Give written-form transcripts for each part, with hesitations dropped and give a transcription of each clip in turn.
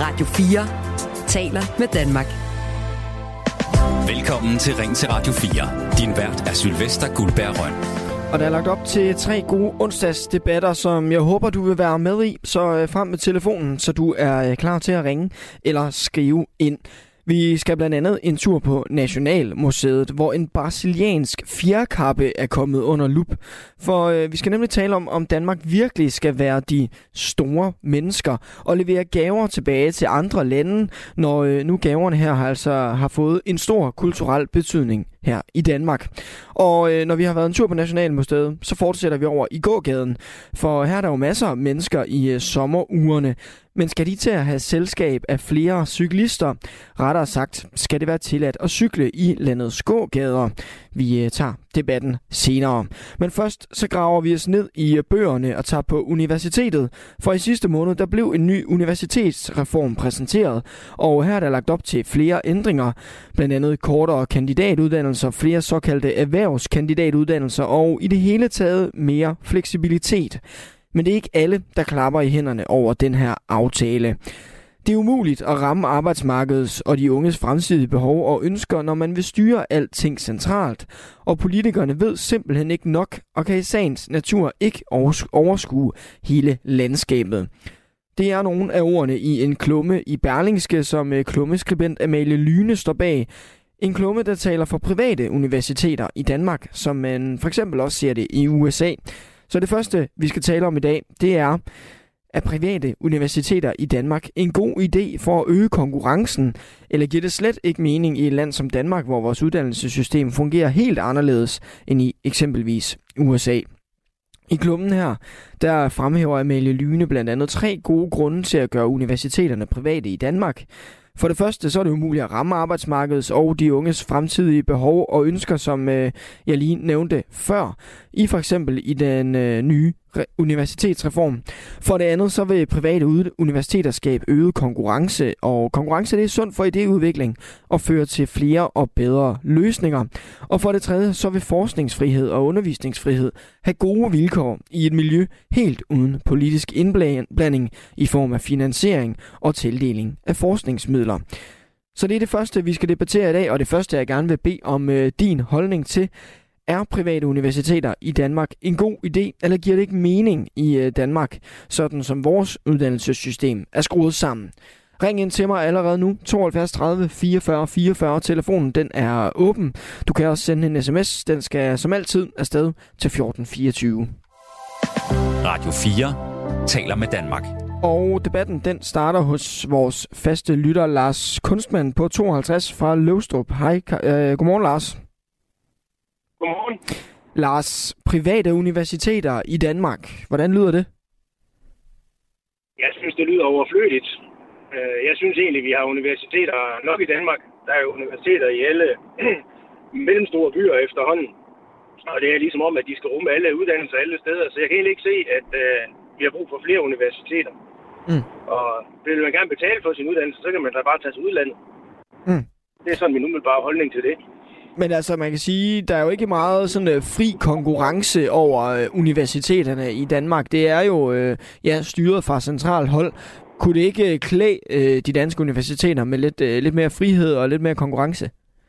Radio 4 taler med Danmark. Velkommen til Ring til Radio 4. Din vært er Sylvester Guldberg Røn. Og der er lagt op til 3 gode onsdagsdebatter, som jeg håber, du vil være med i. Så frem med telefonen, så du er klar til at ringe eller skrive ind. Vi skal blandt andet en tur på Nationalmuseet, hvor en brasiliansk fjerkappe er kommet under lup. For vi skal nemlig tale om Danmark virkelig skal være de store mennesker og levere gaver tilbage til andre lande, når nu gaverne her har fået en stor kulturel betydning her i Danmark. Og når vi har været en tur på Nationalmuseet, så fortsætter vi over i gågaden, for her er der jo masser af mennesker i sommerugerne. Men skal de til at have selskab af flere cyklister? Rettere sagt, skal det være tilladt at cykle i landets gågader? Vi tager debatten senere. Men først så graver vi os ned i bøgerne og tager på universitetet. For i sidste måned, der blev en ny universitetsreform præsenteret. Og her er der lagt op til flere ændringer. Blandt andet kortere kandidatuddannelser, flere såkaldte erhvervskandidatuddannelser og i det hele taget mere fleksibilitet. Men det er ikke alle, der klapper i hænderne over den her aftale. Det er umuligt at ramme arbejdsmarkedets og de unges fremtidige behov og ønsker, når man vil styre alting centralt. Og politikerne ved simpelthen ikke nok, og kan i sagens natur ikke overskue hele landskabet. Det er nogle af ordene i en klumme i Berlingske, som klummeskribent Amalie Lyne står bag. En klumme, der taler for private universiteter i Danmark, som man for eksempel også ser det i USA. Så det første, vi skal tale om i dag, det er, at private universiteter i Danmark en god idé for at øge konkurrencen? Eller giver det slet ikke mening i et land som Danmark, hvor vores uddannelsessystem fungerer helt anderledes end i eksempelvis USA? I klummen her, der fremhæver Amalie Lyne blandt andet 3 gode grunde til at gøre universiteterne private i Danmark. For det første, så er det umuligt at ramme arbejdsmarkedets og de unges fremtidige behov og ønsker, som jeg lige nævnte før, i for eksempel i den nye universitetsreform. For det andet, så vil private universiteter skabe øget konkurrence, og konkurrence det er sundt for idéudvikling og fører til flere og bedre løsninger. Og for det tredje, så vil forskningsfrihed og undervisningsfrihed have gode vilkår i et miljø helt uden politisk indblanding i form af finansiering og tildeling af forskningsmidler. Så det er det første, vi skal debattere i dag, og det første, jeg gerne vil bede om din holdning til. Er private universiteter i Danmark en god idé, eller giver det ikke mening i Danmark, sådan som vores uddannelsessystem er skruet sammen? Ring ind til mig allerede nu, 72 30 44 44. Telefonen den er åben. Du kan også sende en sms. Den skal som altid afsted til 1424. Radio 4 taler med Danmark. Og debatten den starter hos vores faste lytter, Lars Kunstmann på 52 fra Løvstrup. Hej, godmorgen Lars. Godmorgen. Lars, private universiteter i Danmark, hvordan lyder det? Jeg synes, det lyder overflødigt. Jeg synes egentlig, vi har universiteter nok i Danmark. Der er jo universiteter i alle mellemstore byer efterhånden. Og det er ligesom om, at de skal rumme alle uddannelser alle steder. Så jeg kan egentlig ikke se, at vi har brug for flere universiteter. Og vil man gerne betale for sin uddannelse, så kan man da bare tage til udlandet. Det er sådan min umiddelbare holdning til det. Men altså, man kan sige, der er jo ikke meget sådan fri konkurrence over universiteterne i Danmark. Det er jo styret fra centralt hold. Kunne det ikke klæde de danske universiteter med lidt mere frihed og lidt mere konkurrence?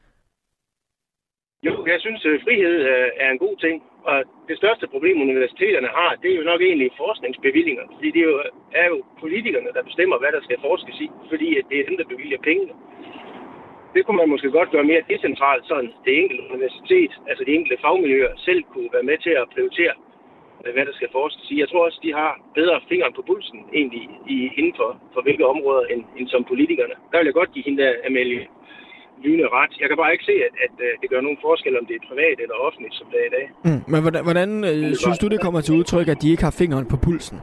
Jo, jeg synes, frihed er en god ting. Og det største problem, universiteterne har, det er jo nok egentlig forskningsbevillinger. Fordi det er jo politikerne, der bestemmer, hvad der skal forskes i. Fordi det er dem, der bevilger pengene. Det kunne man måske godt gøre mere decentralt, sådan det enkelte universitet, altså de enkelte fagmiljøer, selv kunne være med til at prioritere, hvad der skal forskes i. Jeg tror også, de har bedre fingeren på pulsen egentlig inden for hvilke områder end som politikerne. Der vil jeg godt give hende der Amalie Lyne ret. Jeg kan bare ikke se, at det gør nogen forskel, om det er privat eller offentligt, som det er i dag. Men hvordan synes du, det kommer til udtryk, at de ikke har fingeren på pulsen?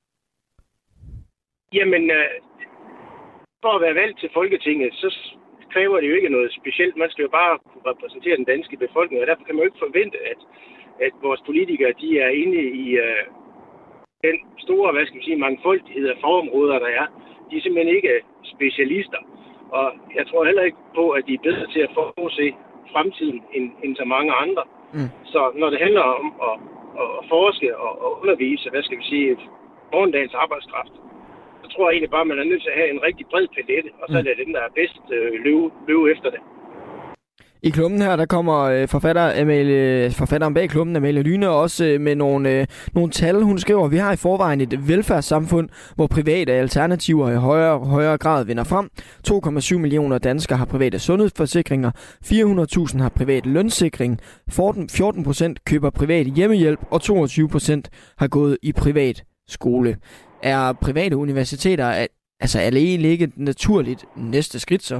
Jamen, for at være valgt til Folketinget, så kræver det jo ikke noget specielt. Man skal jo bare repræsentere den danske befolkning, og derfor kan man jo ikke forvente, at vores politikere, de er inde i den store, mangfoldighed af fagområder, der er. De er simpelthen ikke specialister. Og jeg tror heller ikke på, at de er bedre til at forudse fremtiden end så mange andre. Så når det handler om at forske og undervise, morgendagens arbejdskraft, så tror jeg egentlig bare, at man er nødt til at have en rigtig bred palette, og så er det dem, der er bedst løbe efter det. I klummen her, der kommer forfatteren bag klummen, Amalie Lyne, også med nogle tal. Hun skriver, vi har i forvejen et velfærdssamfund, hvor private alternativer i højere grad vinder frem. 2,7 millioner danskere har private sundhedsforsikringer, 400.000 har privat lønssikring, 14% køber privat hjemmehjælp, og 22% har gået i privat skole. Er private universiteter er det egentlig ikke et naturligt næste skridt så?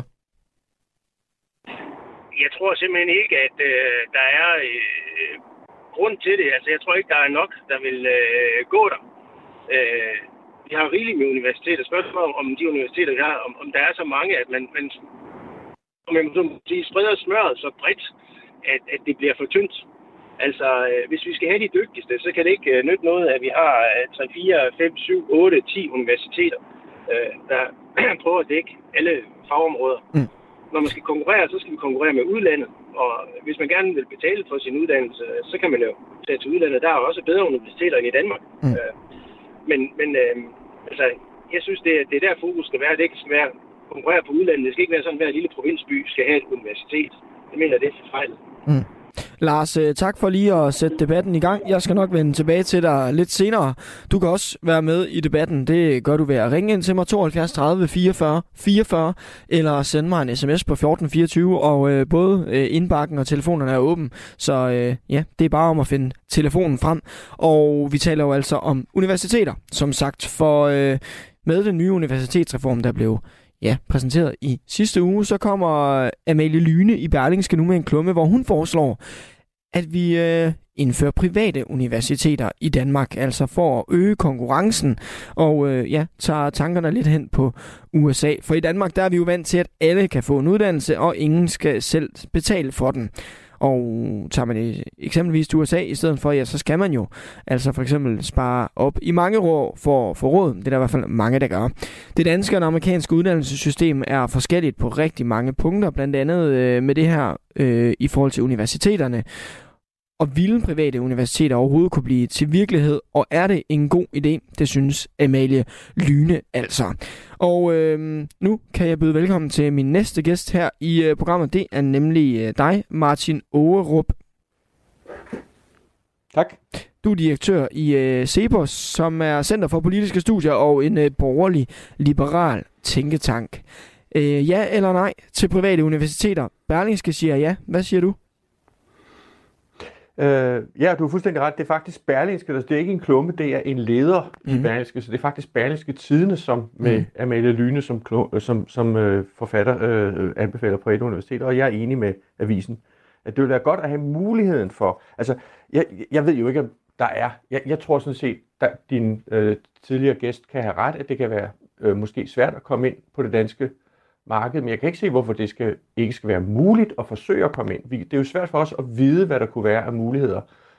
Jeg tror simpelthen ikke, at der er grund til det. Altså, jeg tror ikke, der er nok, der vil gå der. Vi har rigeligt med universiteter. Spørgsmålet om de universiteter, vi har, om der er så mange, at man spreder smøret så bredt, at det bliver for tyndt. Altså, hvis vi skal have de dygtigste, så kan det ikke nytte noget, at vi har 3, 4, 5, 7, 8, 10 universiteter, der prøver at dække alle fagområder. Mm. Når man skal konkurrere, så skal vi konkurrere med udlandet. Og hvis man gerne vil betale for sin uddannelse, så kan man jo tage til udlandet. Der er også bedre universiteter end i Danmark. Mm. Men jeg synes, det er der fokus skal være. Det skal være konkurrere på udlandet. Det skal ikke være sådan, at hver lille provinsby skal have et universitet. Jeg mener, det er forfejlet. Mm. Lars, tak for lige at sætte debatten i gang. Jeg skal nok vende tilbage til dig lidt senere. Du kan også være med i debatten. Det gør du ved at ringe ind til mig 72 30 44 44 eller sende mig en sms på 1424, og både indbakken og telefonerne er åben. Så det er bare om at finde telefonen frem. Og vi taler jo altså om universiteter, som sagt, for med den nye universitetsreform, der blev præsenteret i sidste uge, så kommer Amalie Lyne i Berlingske nu med en klumme, hvor hun foreslår, at vi indfører private universiteter i Danmark, altså for at øge konkurrencen, og tager tankerne lidt hen på USA. For i Danmark, der er vi jo vant til, at alle kan få en uddannelse, og ingen skal selv betale for den. Og tager man eksempelvis til USA i stedet for, så skal man jo altså for eksempel spare op i mange år for råd. Det er der i hvert fald mange, der gør. Det danske og amerikanske uddannelsessystem er forskelligt på rigtig mange punkter, blandt andet med det her i forhold til universiteterne. Og ville private universiteter overhovedet kunne blive til virkelighed, og er det en god idé? Det synes Amalie Lyne altså. Og nu kan jeg byde velkommen til min næste gæst her i programmet. Det er nemlig dig, Martin Ågerup. Tak. Du er direktør i CEPOS, som er Center for Politiske Studier og en borgerlig liberal tænketank. Ja eller nej til private universiteter? Berlingske siger ja. Hvad siger du? Ja, du er fuldstændig ret. Det er faktisk Berlingske, det er ikke en klumme, det er en leder i Berlingske, så det er faktisk Berlingske Tidende, som med Amalie Lyne som forfatter anbefaler private universiteter, og jeg er enig med avisen, at det vil være godt at have muligheden for, altså, jeg ved jo ikke, om der er, jeg tror sådan set, at din tidligere gæst kan have ret, at det kan være måske svært at komme ind på det danske marked, men jeg kan ikke se, hvorfor det ikke skal være muligt at forsøge at komme ind. Det er jo svært for os at vide, hvad der kunne være af muligheder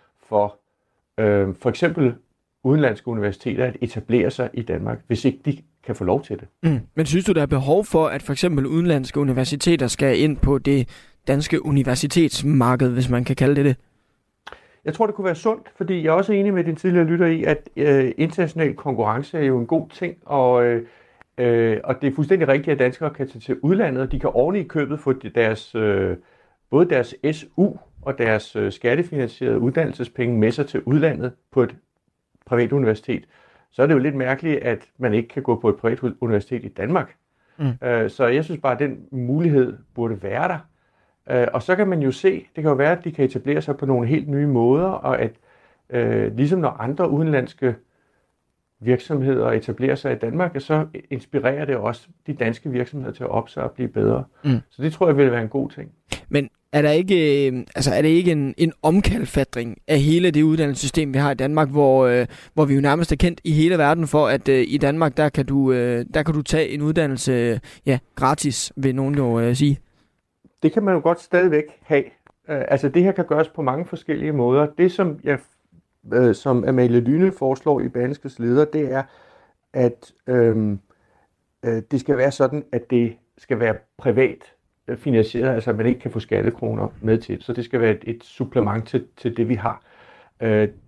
for eksempel udenlandske universiteter at etablere sig i Danmark, hvis ikke de kan få lov til det. Men synes du, der er behov for, at for eksempel udenlandske universiteter skal ind på det danske universitetsmarked, hvis man kan kalde det? Jeg tror, det kunne være sundt, fordi jeg er også enig med din tidligere lytter i, at international konkurrence er jo en god ting, og det er fuldstændig rigtigt, at danskere kan tage til udlandet, og de kan oven i købet få både deres SU og deres skattefinansierede uddannelsespenge med sig til udlandet på et privat universitet. Så er det jo lidt mærkeligt, at man ikke kan gå på et privat universitet i Danmark. Så jeg synes bare, at den mulighed burde være der. Og så kan man jo se, det kan jo være, at de kan etablere sig på nogle helt nye måder, og at ligesom når andre udenlandske virksomheder etablerer sig i Danmark, og så inspirerer det også de danske virksomheder til at opsige og blive bedre. Så det tror jeg vil være en god ting. Men er det ikke en omkalfatring af hele det uddannelsessystem, vi har i Danmark, hvor vi jo nærmest er kendt i hele verden for, at i Danmark, der kan du tage en uddannelse gratis, vil nogen jo sige? Det kan man jo godt stadigvæk have. Altså det her kan gøres på mange forskellige måder. Det som Amalie Lyne foreslår i Berlingskes leder, det er, at det skal være sådan, at det skal være privat finansieret, altså at man ikke kan få skattekroner med til. Så det skal være et supplement til det, vi har.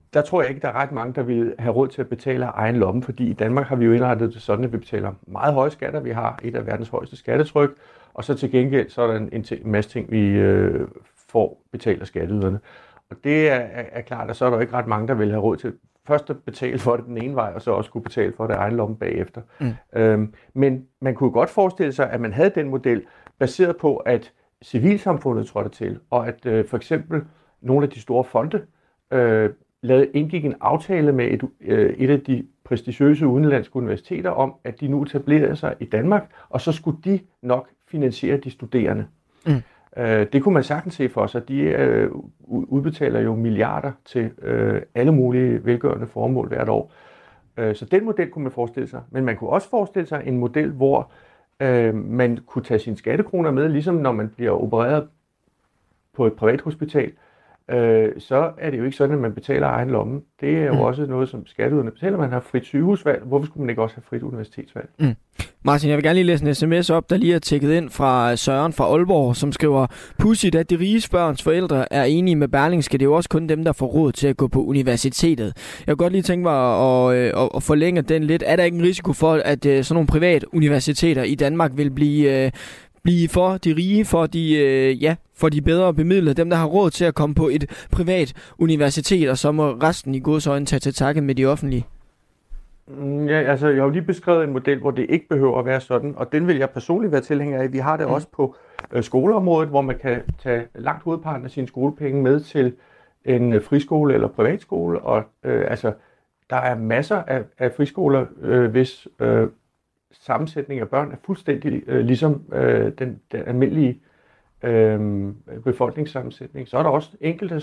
der tror jeg ikke, der er ret mange, der vil have råd til at betale af egen lomme, fordi i Danmark har vi jo indrettet det sådan, at vi betaler meget høje skatter. Vi har et af verdens højeste skattetryk, og så til gengæld så er der en masse ting, vi får betalt af skatteyderne. Og det er klart, at så er der ikke ret mange, der vil have råd til først at betale for det den ene vej, og så også kunne betale for det egen lomme bagefter. Men man kunne godt forestille sig, at man havde den model baseret på, at civilsamfundet trådte til, og at for eksempel nogle af de store fonde indgik en aftale med et af de prestigiøse udenlandske universiteter om, at de nu etablerede sig i Danmark, og så skulle de nok finansiere de studerende. Det kunne man sagtens se for sig. De udbetaler jo milliarder til alle mulige velgørende formål hvert år. Så den model kunne man forestille sig. Men man kunne også forestille sig en model, hvor man kunne tage sine skattekroner med, ligesom når man bliver opereret på et privat hospital. Så er det jo ikke sådan, at man betaler egen lomme. Det er jo også noget, som skatteyderne betaler. Man har frit sygehusvalg. Hvorfor skulle man ikke også have frit universitetsvalg? Martin, jeg vil gerne lige læse en sms op, der lige er tækket ind fra Søren fra Aalborg, som skriver: pudsigt, at de rige børns forældre er enige med Berlingske. Det er jo også kun dem, der får råd til at gå på universitetet. Jeg kunne godt lige tænke mig at forlænge den lidt. Er der ikke en risiko for, at sådan nogle private universiteter i Danmark vil blive for de rige, for de bedre bemidlede, dem der har råd til at komme på et privat universitet, og så må resten i godsøjne tage til takke med de offentlige? Ja, altså jeg har jo lige beskrevet en model, hvor det ikke behøver at være sådan, og den vil jeg personligt være tilhænger af. Vi har det også på skoleområdet, hvor man kan tage langt hovedparten af sine skolepenge med til en friskole eller privatskole, og der er masser af friskoler, hvis sammensætning af børn er fuldstændig ligesom den almindelige befolkningssammensætning. Så er der også enkelte,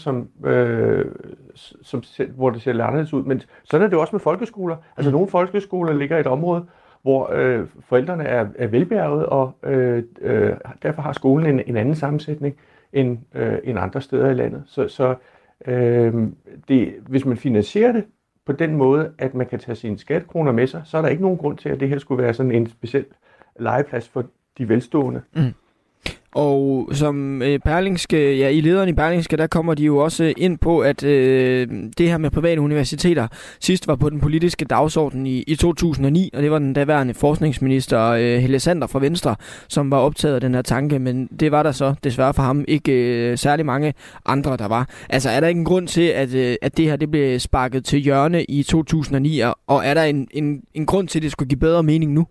hvor det ser lidt anderledes ud. Men sådan er det også med folkeskoler. Altså nogle folkeskoler ligger i et område, hvor forældrene er velbjerget, og derfor har skolen en anden sammensætning end andre steder i landet. Så hvis man finansierer det på den måde, at man kan tage sine skattekroner med sig, så er der ikke nogen grund til, at det her skulle være sådan en speciel legeplads for de velstående. Og som Berlingske, i lederen i Berlingske, der kommer de jo også ind på, at det her med private universiteter sidst var på den politiske dagsorden i 2009, og det var den daværende forskningsminister Helge Sander fra Venstre, som var optaget af den her tanke, men det var der så desværre for ham ikke særlig mange andre, der var. Altså er der ikke en grund til, at det her det blev sparket til hjørne i 2009, og er der en grund til, at det skulle give bedre mening nu?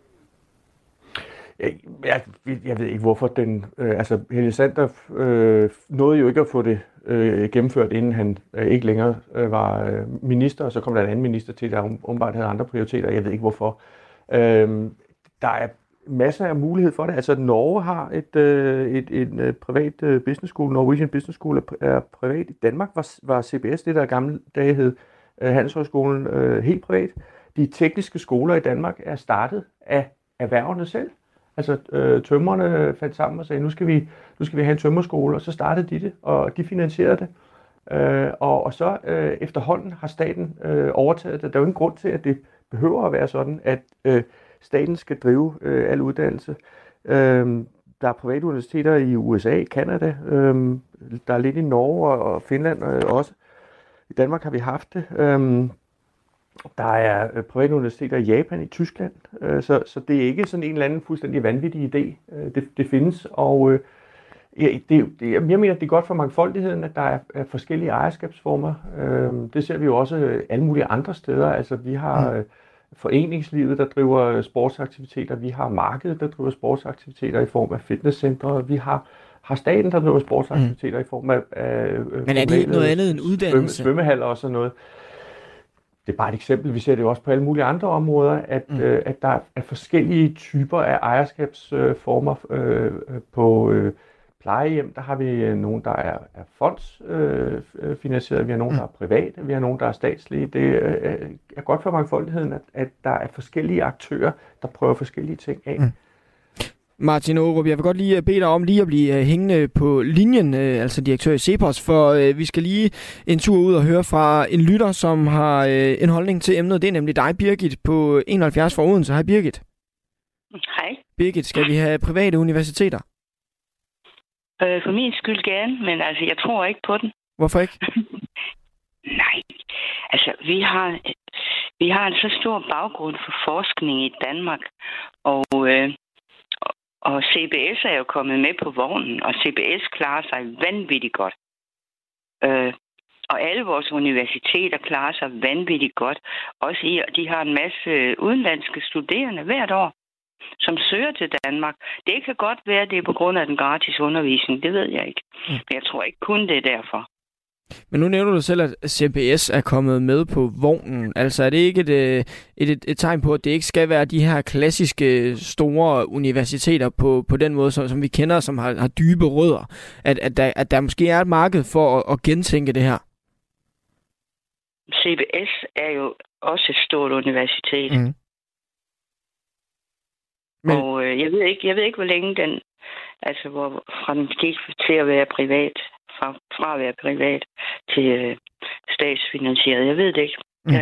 Jeg ved ikke, hvorfor Helge Sander nåede jo ikke at få det gennemført, inden han ikke længere var minister, og så kom der en anden minister til, der åbenbart havde andre prioriteter. Jeg ved ikke, hvorfor. Der er masser af mulighed for det. Altså, Norge har et privat business school. Norwegian Business School er privat. I Danmark var CBS, det der gamle dage hed Handelshøjskolen, helt privat. De tekniske skoler i Danmark er startet af erhververne selv. Altså tømrerne fandt sammen og sagde, nu skal vi have en tømmerskole, og så startede de det, og de finansierede det. Og så efterhånden har staten overtaget det. Der er jo ingen grund til, at det behøver at være sådan, at staten skal drive al uddannelse. Der er private universiteter i USA, Canada, der er lidt i Norge og Finland også. I Danmark har vi haft det. Der er private universiteter i Japan, i Tyskland, så det er ikke sådan en eller anden fuldstændig vanvittig idé. Det findes, og jeg mener, det er godt for mangfoldigheden, at der er forskellige ejerskabsformer. Det ser vi jo også alle mulige andre steder. Altså vi har foreningslivet, der driver sportsaktiviteter, vi har markedet, der driver sportsaktiviteter i form af fitnesscentre, vi har staten, der driver sportsaktiviteter i form af men er det ikke noget andet end uddannelse? Svømmehaller og sådan noget. Det er bare et eksempel. Vi ser det jo også på alle mulige andre områder, at der er forskellige typer af ejerskabsformer på plejehjem. Der har vi nogen, der er fondsfinansieret, vi har nogen, der er private, vi har nogen, der er statslige. Det er godt for mangfoldigheden, at der er forskellige aktører, der prøver forskellige ting af. Martin Aarup, jeg vil godt lige bede dig om lige at blive hængende på linjen, altså direktør i CEPOS, for vi skal lige en tur ud og høre fra en lytter, som har en holdning til emnet. Det er nemlig dig, Birgit, på 71 fra Odense. Hej, Birgit. Hej. Birgit, skal vi have private universiteter? For min skyld gerne, men altså, jeg tror ikke på den. Hvorfor ikke? Nej, Altså, vi har en så stor baggrund for forskning i Danmark, og CBS er jo kommet med på vognen, og CBS klarer sig vanvittigt godt. Og alle vores universiteter klarer sig vanvittigt godt. Også de har en masse udenlandske studerende hvert år, som søger til Danmark. Det kan godt være, at det er på grund af den gratis undervisning. Det ved jeg ikke. Men jeg tror ikke kun det er derfor. Men nu nævner du selv, at CBS er kommet med på vognen. Altså er det ikke et tegn på, at det ikke skal være de her klassiske store universiteter på den måde, som vi kender, som har dybe rødder? At der måske er et marked for at gentænke det her? CBS er jo også et stort universitet. Mm. Men... Og jeg ved ikke, hvor længe den, altså fra den gik til at være privat, fra at være privat til statsfinansieret. Jeg ved det ikke. Mm.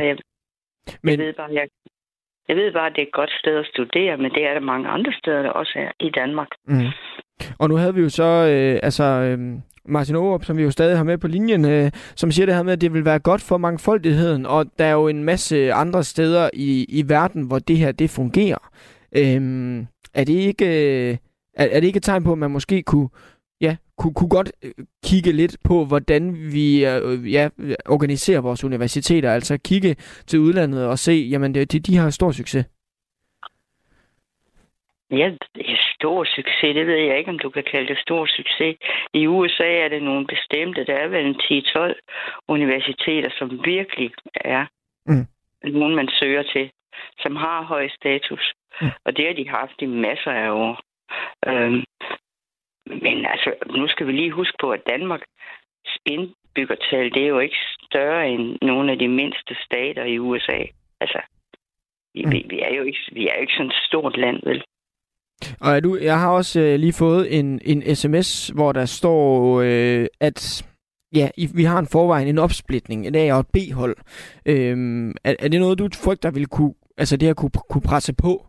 Jeg ved bare, at det er et godt sted at studere, men det er der mange andre steder, der også er i Danmark. Mm. Og nu havde vi jo så Martin Aarup, som vi jo stadig har med på linjen, som siger det her med, at det vil være godt for mangfoldigheden, og der er jo en masse andre steder i verden, hvor det her det fungerer. Er det ikke et tegn på, at man måske kunne godt kigge lidt på, hvordan vi organiserer vores universiteter, altså kigge til udlandet og se, jamen de har stor succes? Ja, det er stor succes. Det ved jeg ikke, om du kan kalde det stor succes. I USA er det nogle bestemte, der er vel 10-12 universiteter, som virkelig er nogen, man søger til, som har høj status. Og det har de haft i masser af år. Men altså, nu skal vi lige huske på, at Danmarks indbyggertal, det er jo ikke større end nogle af de mindste stater i USA. Altså, vi er jo ikke sådan et stort land, vel? Og jeg har også lige fået en sms, hvor der står, at vi har en forvejen, en opsplitning, et A- og et B-hold. Er det noget, du frygter vil kunne presse på?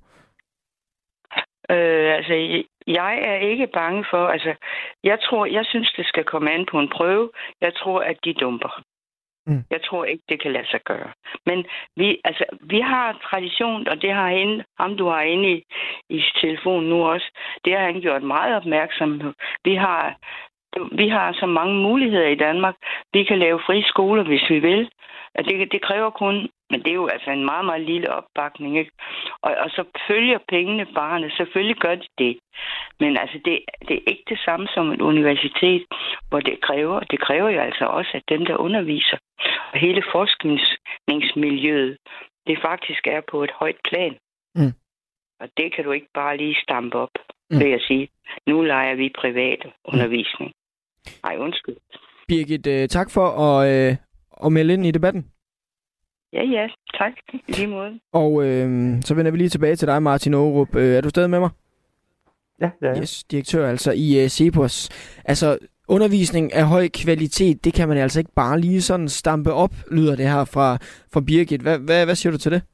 Jeg er ikke bange for, jeg synes, det skal komme an på en prøve. Jeg tror, at de dumper. Jeg tror ikke, det kan lade sig gøre. Men vi har tradition, og det har ham du har inde i telefonen nu også, det har han gjort meget opmærksom på. Vi har så mange muligheder i Danmark. Vi kan lave frie skoler, hvis vi vil. Det kræver kun, men det er jo altså en meget, meget lille opbakning, ikke? Og så følger pengene barnet. Selvfølgelig gør de det. Men altså, det er ikke det samme som et universitet, hvor det kræver jo altså også, at dem, der underviser, og hele forskningsmiljøet, det faktisk er på et højt plan. Og det kan du ikke bare lige stampe op, ved at sige, nu leger vi privat undervisning. Nej, undskyld. Birgit, tak for at melde ind i debatten. Ja, tak. I lige måde. Og så vender vi lige tilbage til dig, Martin Aarup. Er du stadig med mig? Ja. Yes, direktør altså i CEPOS. Altså, undervisning af høj kvalitet, det kan man altså ikke bare lige sådan stampe op, lyder det her fra Birgit. Hvad siger du til det?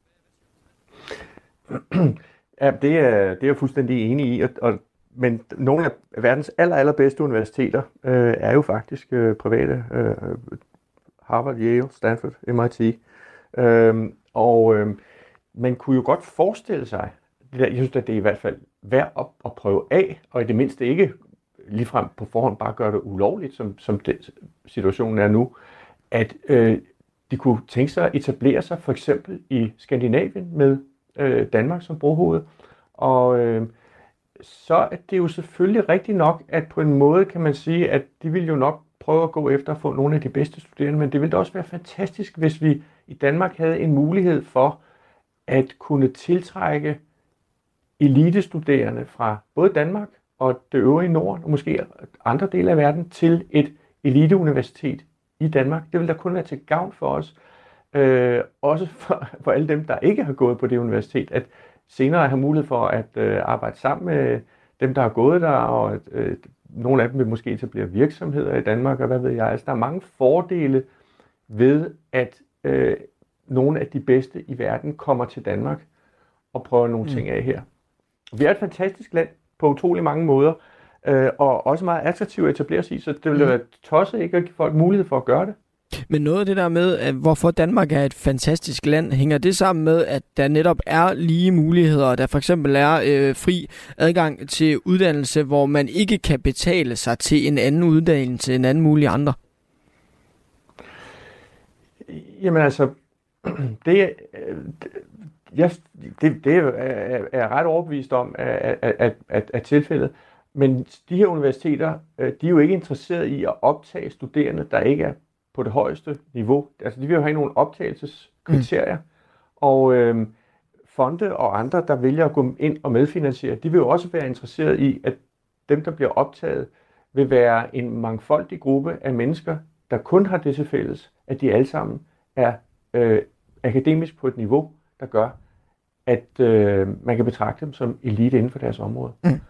Ja, det er jeg fuldstændig enig i, men nogle af verdens allerbedste universiteter er jo faktisk private. Harvard, Yale, Stanford, MIT. Man kunne jo godt forestille sig, jeg synes, at det er i hvert fald værd at prøve af, og i det mindste ikke ligefrem på forhånd bare gøre det ulovligt, som situationen er nu, at de kunne tænke sig at etablere sig for eksempel i Skandinavien med Danmark som brohoved. Og så er det jo selvfølgelig rigtigt nok, at på en måde kan man sige, at de vil jo nok prøve at gå efter at få nogle af de bedste studerende, men det ville da også være fantastisk, hvis vi i Danmark havde en mulighed for at kunne tiltrække elitestuderende fra både Danmark og det øvrige Norden, og måske andre dele af verden, til et eliteuniversitet i Danmark. Det vil da kun være til gavn for os, også for alle dem, der ikke har gået på det universitet, at senere have mulighed for at arbejde sammen med dem, der har gået der, og nogle af dem vil måske etablere virksomheder i Danmark, og hvad ved jeg. Altså, der er mange fordele ved, at nogle af de bedste i verden kommer til Danmark og prøver nogle ting af her. Vi er et fantastisk land på utrolig mange måder, og også meget attraktivt at etablere sig i, så det ville være tosset ikke at give folk mulighed for at gøre det. Men noget af det der med, at hvorfor Danmark er et fantastisk land, hænger det sammen med, at der netop er lige muligheder, der for eksempel er fri adgang til uddannelse, hvor man ikke kan betale sig til en anden uddannelse end anden mulige andre? Jamen altså, det er jeg ret overbevist om at tilfældet. Men de her universiteter, de er jo ikke interesseret i at optage studerende, der ikke er på det højeste niveau. Altså de vil jo have nogle optagelseskriterier. Og fonde og andre, der vælger at gå ind og medfinansiere, de vil jo også være interesseret i, at dem, der bliver optaget, vil være en mangfoldig gruppe af mennesker, der kun har det til fælles, at de alle sammen er akademisk på et niveau, der gør, at man kan betragte dem som elite inden for deres område.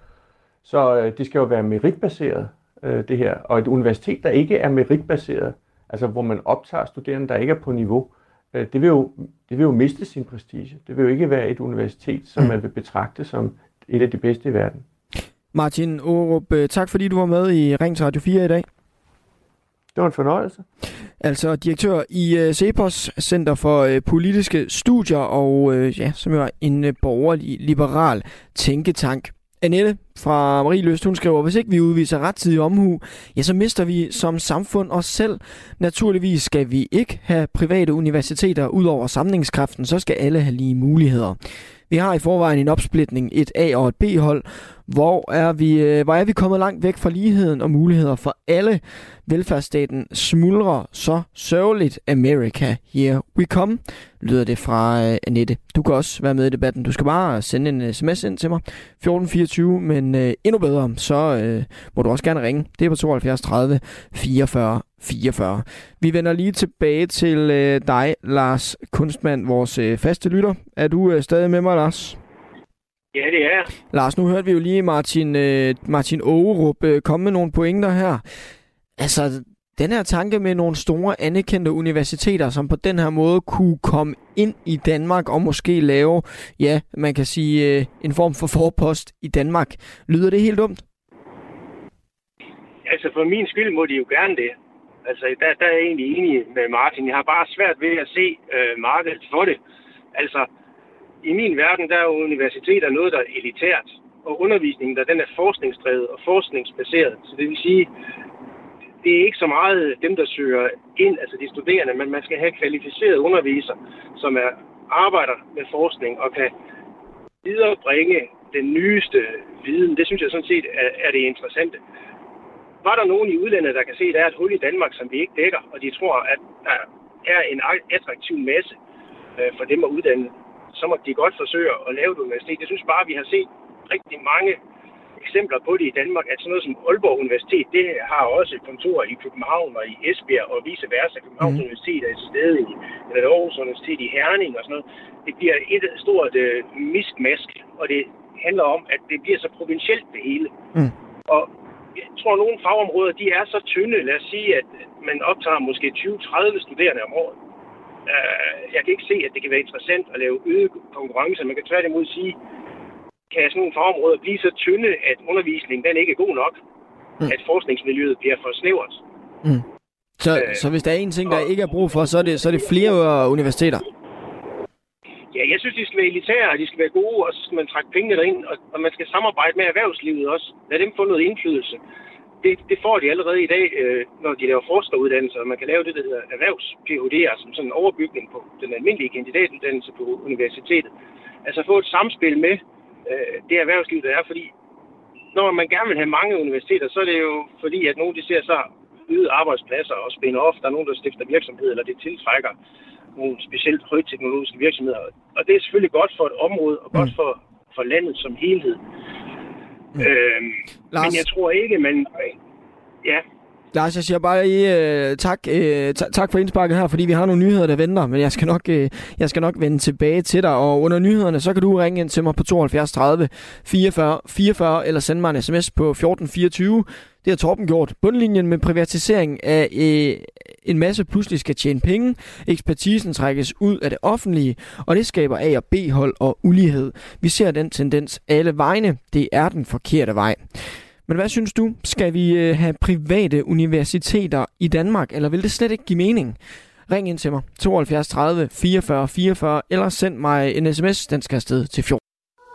Så det skal jo være meritbaseret, det her. Og et universitet, der ikke er meritbaseret, altså hvor man optager studerende, der ikke er på niveau, det vil jo miste sin prestige. Det vil jo ikke være et universitet, som man vil betragte som et af de bedste i verden. Martin Aarup, tak fordi du var med i Ring til Radio 4 i dag. Det var en fornøjelse. Altså direktør i CEPOS, Center for Politiske Studier, og som jo er en borgerlig liberal tænketank. Annette fra Marieløst, hun skriver, hvis ikke vi udviser rettidig omhu, ja, så mister vi som samfund os selv. Naturligvis skal vi ikke have private universiteter ud over samlingskraften, så skal alle have lige muligheder. Vi har i forvejen en opsplitning, et A- og et B-hold. Hvor er vi kommet langt væk fra ligheden og muligheder for alle? Velfærdsstaten smuldrer så sørgeligt. America, here we come, lyder det fra Annette. Du kan også være med i debatten. Du skal bare sende en sms ind til mig. 1424, men endnu bedre, så må du også gerne ringe. Det er på 72 30 44 44. Vi vender lige tilbage til dig, Lars Kunstmann, vores faste lytter. Er du stadig med mig, Lars? Ja, det er. Lars, nu hørte vi jo lige Martin Aarup komme med nogle pointer her. Altså, den her tanke med nogle store anerkendte universiteter, som på den her måde kunne komme ind i Danmark og måske lave, ja, man kan sige, en form for forpost i Danmark. Lyder det helt dumt? Altså, for min skyld må de jo gerne det. Altså, der er jeg egentlig enig med Martin. Jeg har bare svært ved at se markedet for det. Altså, i min verden, der er universiteter noget, der er elitært. Og undervisningen, den er forskningsdrevet og forskningsbaseret. Så det vil sige, det er ikke så meget dem, der søger ind, altså de studerende, men man skal have kvalificerede undervisere, som arbejder med forskning og kan viderebringe den nyeste viden. Det synes jeg sådan set er det interessante. Var der nogen i udlandet, der kan se, at der er et hul i Danmark, som vi ikke dækker, og de tror, at der er en attraktiv masse for dem at uddanne, så må de godt forsøge at lave et universitet. Jeg synes bare, vi har set rigtig mange eksempler på det i Danmark, at sådan noget som Aalborg Universitet, det har også kontorer i København og i Esbjerg og vice versa. Københavns Universitet er et sted i Aarhus Universitet i Herning og sådan noget. Det bliver et stort miskmask, og det handler om, at det bliver så provincielt det hele. Og jeg tror, at nogle fagområder, de er så tynde. Lad os sige, at man optager måske 20-30 studerende om året. Jeg kan ikke se, at det kan være interessant at lave øget konkurrence. Man kan tværtimod sige, kan sådan nogle fagområder blive så tynde, at undervisningen den ikke er god nok, at forskningsmiljøet bliver for snævert. Så hvis der er en ting, der ikke er brug for, så er det flere universiteter? Ja, jeg synes, de skal være elitære, de skal være gode, og så skal man trække pengene derind, og man skal samarbejde med erhvervslivet også. Lad dem få noget indflydelse. Det får de allerede i dag, når de laver forskeruddannelser, og man kan lave det, der hedder erhvervs-PhD'er, som sådan en overbygning på den almindelige kandidatuddannelse på universitetet. Altså få et samspil med det erhvervsliv, der er, fordi når man gerne vil have mange universiteter, så er det jo fordi, at nogen de ser så øget arbejdspladser og spin-off, der er nogen, der stifter virksomhed, eller det tiltrækker nogle specielt højteknologiske virksomheder. Og det er selvfølgelig godt for et område, og godt for landet som helhed. Men jeg tror ikke, man... Ja. Lars, jeg siger bare lige tak for indsparket her, fordi vi har nogle nyheder, der venter, men jeg skal nok vende tilbage til dig, og under nyhederne, så kan du ringe ind til mig på 72 30 44 44, eller sende mig en sms på 1424. Det har Torben gjort. Bundlinjen med privatisering af en masse pludselig skal tjene penge. Ekspertisen trækkes ud af det offentlige, og det skaber A- og B-hold og ulighed. Vi ser den tendens alle vegne. Det er den forkerte vej. Men hvad synes du? Skal vi have private universiteter i Danmark, eller vil det slet ikke give mening? Ring ind til mig, 72 30 44 44, eller send mig en sms, den skal afsted til 14.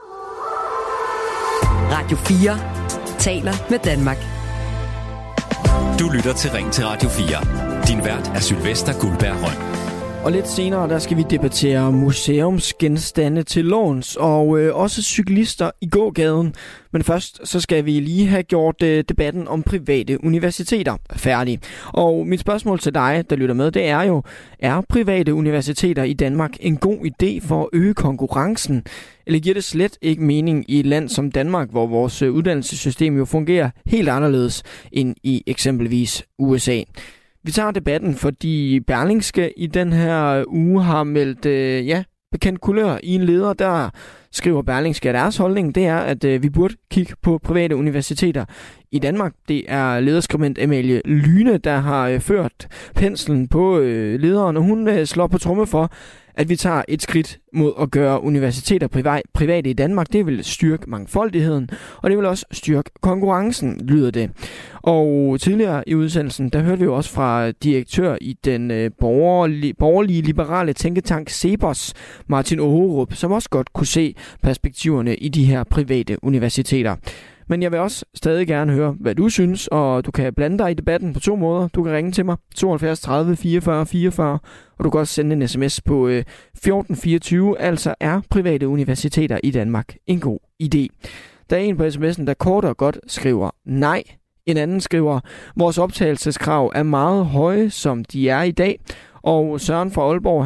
Radio 4 taler med Danmark. Du lytter til Ring til Radio 4. Din vært er Sylvester Guldberg Røn. Og lidt senere, der skal vi debattere museumsgenstande til låns, og også cyklister i gågaden. Men først, så skal vi lige have gjort debatten om private universiteter færdig. Og mit spørgsmål til dig, der lytter med, det er jo, er private universiteter i Danmark en god idé for at øge konkurrencen? Eller giver det slet ikke mening i et land som Danmark, hvor vores uddannelsessystem jo fungerer helt anderledes end i eksempelvis USA? Vi tager debatten, fordi Berlingske i den her uge har meldt bekendt kulør i en leder, der skriver Berlingske, at deres holdning det er, at vi burde kigge på private universiteter i Danmark. Det er lederskribent Amalie Lyne, der har ført penslen på lederen, og hun slår på tromme for, at vi tager et skridt mod at gøre universiteter private i Danmark. Det vil styrke mangfoldigheden, og det vil også styrke konkurrencen, lyder det. Og tidligere i udsendelsen, der hørte vi jo også fra direktør i den borgerlige liberale tænketank CEPOS, Martin Aarup, som også godt kunne se perspektiverne i de her private universiteter. Men jeg vil også stadig gerne høre, hvad du synes, og du kan blande dig i debatten på 2 måder. Du kan ringe til mig, 72 30 44 44, og du kan også sende en sms på 1424, altså er private universiteter i Danmark en god idé. Der er en på sms'en, der kort og godt skriver nej. En anden skriver, vores optagelseskrav er meget høje, som de er i dag. Og Søren fra Aalborg,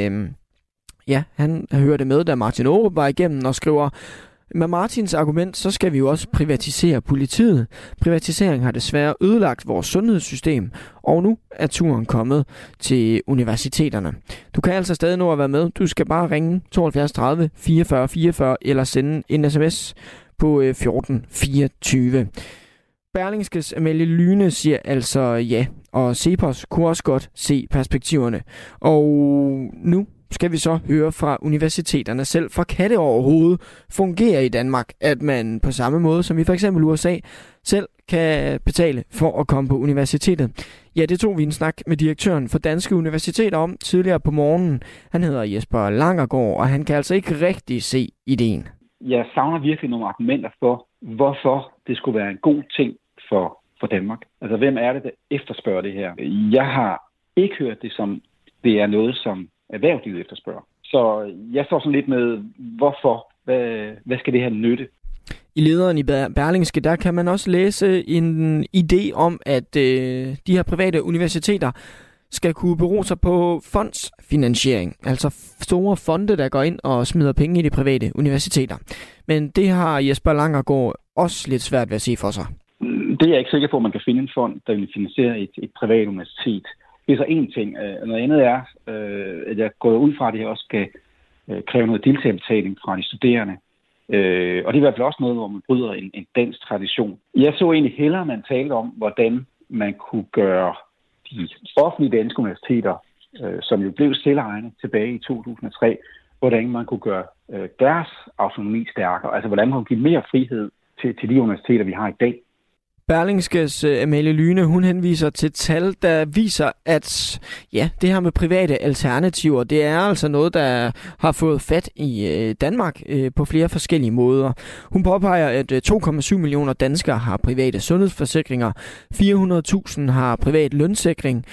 han hørte med, da Martin Aarup var igennem og skriver, med Martins argument, så skal vi jo også privatisere politiet. Privatisering har desværre ødelagt vores sundhedssystem, og nu er turen kommet til universiteterne. Du kan altså stadig nå at være med. Du skal bare ringe 72 30 44 44 eller sende en sms på 1424. Berlingskes Amalie Lyne siger altså ja, og CEPOS kunne også godt se perspektiverne. Og nu skal vi så høre fra universiteterne selv, for kan det overhovedet fungere i Danmark, at man på samme måde som i for eksempel USA selv kan betale for at komme på universitetet? Ja, det tog vi en snak med direktøren for Danske Universiteter om tidligere på morgenen. Han hedder Jesper Langergaard, og han kan altså ikke rigtig se ideen. Jeg savner virkelig nogle argumenter for, hvorfor det skulle være en god ting for Danmark. Altså, hvem er det, der efterspørger det her? Jeg har ikke hørt det som, det er noget, som erhvervslivet efterspørger. Så jeg står sådan lidt med, hvorfor? Hvad skal det her nytte? I lederen i Berlingske, der kan man også læse en idé om, at de her private universiteter skal kunne bero sig på fondsfinansiering. Altså store fonde, der går ind og smider penge i de private universiteter. Men det har Jesper Langergaard også lidt svært ved at se for sig. Det er jeg ikke sikker på, at man kan finde en fond, der vil finansiere et privat universitet. Det er så en ting. Noget andet er, at jeg går ud fra, at det også skal kræve noget deltagerbetaling fra de studerende. Og det er i hvert fald også noget, hvor man bryder en dansk tradition. Jeg så egentlig hellere, at man talte om, hvordan man kunne gøre de offentlige danske universiteter, som jo blev selvejende tilbage i 2003, hvordan man kunne gøre deres autonomi stærkere. Altså hvordan man kunne give mere frihed til de universiteter, vi har i dag. Berlingskes Amalie Lyne, hun henviser til tal, der viser, at det her med private alternativer, det er altså noget, der har fået fat i Danmark på flere forskellige måder. Hun påpeger, at 2,7 millioner danskere har private sundhedsforsikringer, 400.000 har privat lønsikring,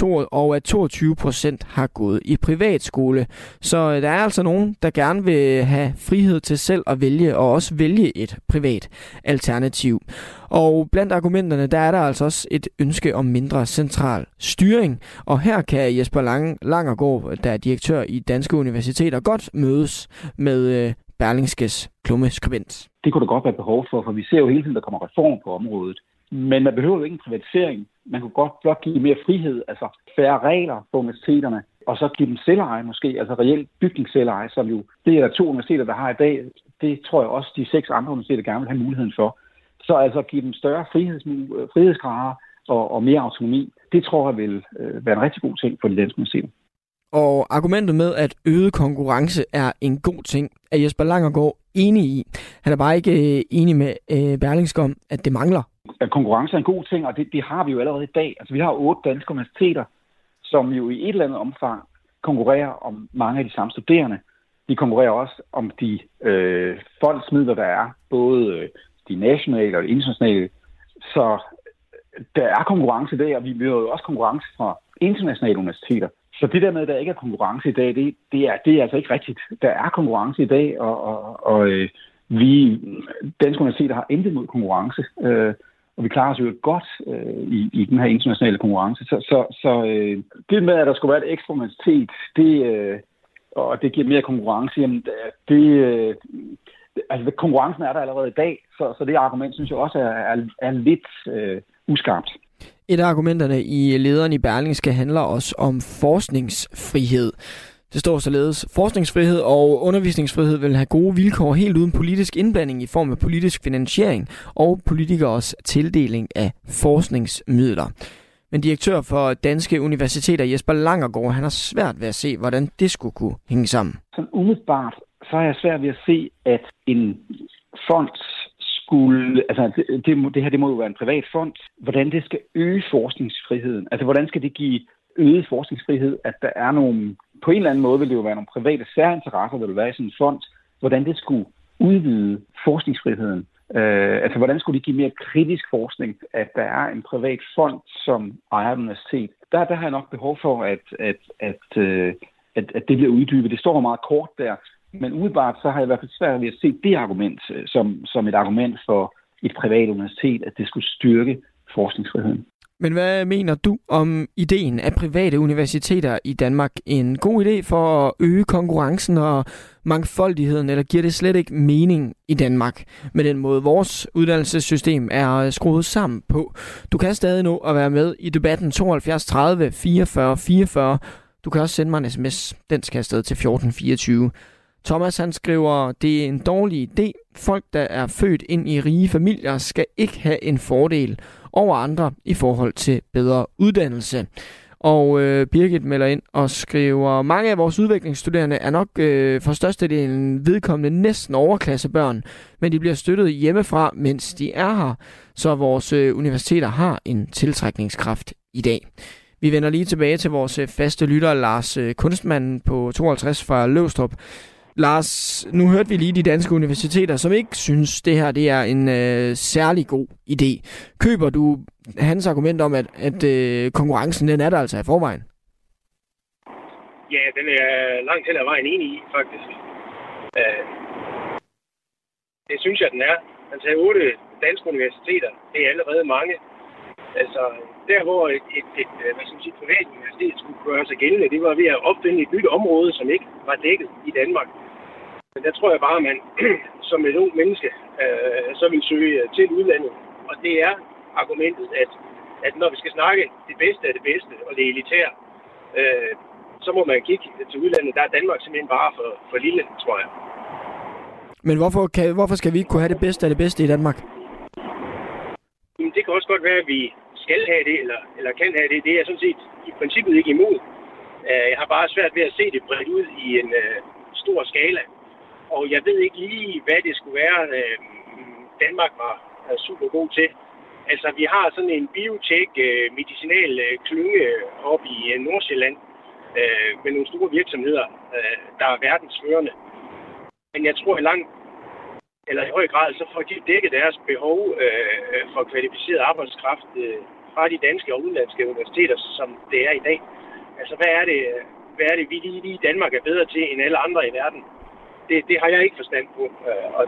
og at 22% har gået i privatskole. Så der er altså nogen, der gerne vil have frihed til selv at vælge, og også vælge et privat alternativ. Og blandt argumenterne, der er der altså også et ønske om mindre central styring. Og her kan Jesper Langergaard, der er direktør i Danske Universiteter, godt mødes med Berlingskes klummeskribent. Det kunne der godt være behov for vi ser jo hele tiden, der kommer reformer på området. Men man behøver jo ikke en privatisering. Man kunne godt blot give mere frihed, altså færre regler på universiteterne, og så give dem selveje måske, altså reelt bygningsselveje, som jo det er der 2 universiteter, der har i dag. Det tror jeg også, de 6 andre universiteter gerne vil have muligheden for. Så altså give dem større frihedsgrader og mere autonomi, det tror jeg vil være en rigtig god ting for de danske universiteter. Og argumentet med, at øget konkurrence er en god ting, er Jesper Langergaard enig i. Han er bare ikke enig med Berlingske om, at det mangler. Konkurrence er en god ting, og det har vi jo allerede i dag. Altså, vi har 8 danske universiteter, som jo i et eller andet omfang konkurrerer om mange af de samme studerende. De konkurrerer også om de fondsmidler, der er, både de nationale og de internationale. Så der er konkurrence der, og vi har jo også konkurrence fra internationale universiteter. Så det der med, at der ikke er konkurrence i dag, det er altså ikke rigtigt. Der er konkurrence i dag, og vi danske universiteter har intet mod konkurrence, og vi klarer os jo godt i den her internationale konkurrence. Så det med, at der skulle være et ekstra universitet, og det giver mere konkurrence, jamen altså konkurrencen er der allerede i dag, så det argument synes jeg også er lidt uskarpt. Et af argumenterne i lederen i Berlingske handler også om forskningsfrihed. Det står således: forskningsfrihed og undervisningsfrihed vil have gode vilkår helt uden politisk indblanding i form af politisk finansiering og politikers tildeling af forskningsmidler. Men direktør for Danske Universiteter Jesper Langergaard, han har svært ved at se, hvordan det skulle kunne hænge sammen. Så umiddelbart så er jeg svært ved at se, at en fond skulle, altså det må jo være en privat fond, hvordan det skal øge forskningsfriheden. Altså hvordan skal det give øget forskningsfrihed, at der er nogle, på en eller anden måde vil det jo være nogle private særinteresser, der vil være i sådan en fond, hvordan det skulle udvide forskningsfriheden. Altså hvordan skulle det give mere kritisk forskning, at der er en privat fond, som ejer et universitet. Der har jeg nok behov for, at det bliver uddybet. Det står meget kort der, men umiddelbart så har jeg i hvert fald svært ved at se det argument som et argument for et privat universitet, at det skulle styrke forskningsfriheden. Men hvad mener du om ideen af private universiteter i Danmark? En god idé for at øge konkurrencen og mangfoldigheden, eller giver det slet ikke mening i Danmark med den måde, vores uddannelsessystem er skruet sammen på? Du kan stadig nå at være med i debatten 72 30 44 44. Du kan også sende mig en sms. Den skal afsted til 1424. Thomas han skriver, det er en dårlig idé. Folk, der er født ind i rige familier, skal ikke have en fordel over andre i forhold til bedre uddannelse. Og Birgit melder ind og skriver, mange af vores udviklingsstuderende er nok for størstedelen vedkommende næsten overklassebørn, men de bliver støttet hjemmefra, mens de er her, så vores universiteter har en tiltrækningskraft i dag. Vi vender lige tilbage til vores faste lytter, Lars Kunstmanden på 52 fra Løvstrup. Lars, nu hørte vi lige de danske universiteter, som ikke synes, det her det er en særlig god idé. Køber du hans argument om, at konkurrencen den er der altså i forvejen? Ja, den er langt hen ad vejen enig i, faktisk. Det synes jeg, den er. Altså 8 danske universiteter, det er allerede mange. Altså, der hvor et privat universitet skulle gøre sig gældende, det var ved at opfinde et nyt område, som ikke var dækket i Danmark. Men der tror jeg bare, at man som et ung menneske, så vil søge til udlandet. Og det er argumentet, at når vi skal snakke det bedste af det bedste, og det elitære, så må man kigge til udlandet. Der er Danmark simpelthen bare for lille, tror jeg. Men hvorfor skal vi ikke kunne have det bedste af det bedste i Danmark? Jamen, det kan også godt være, at vi skal have det, eller kan have det. Det er sådan set i princippet ikke imod. Jeg har bare svært ved at se det bredt ud i en stor skala. Og jeg ved ikke lige, hvad det skulle være, Danmark var super god til. Altså, vi har sådan en biotech-medicinal klynge oppe i Nordsjælland med nogle store virksomheder, der er verdensførende. Men jeg tror i høj grad, så får de dækket deres behov for kvalificeret arbejdskraft fra de danske og udenlandske universiteter, som det er i dag. Altså, hvad er det vi lige i Danmark er bedre til end alle andre i verden? Det har jeg ikke forstand på. Og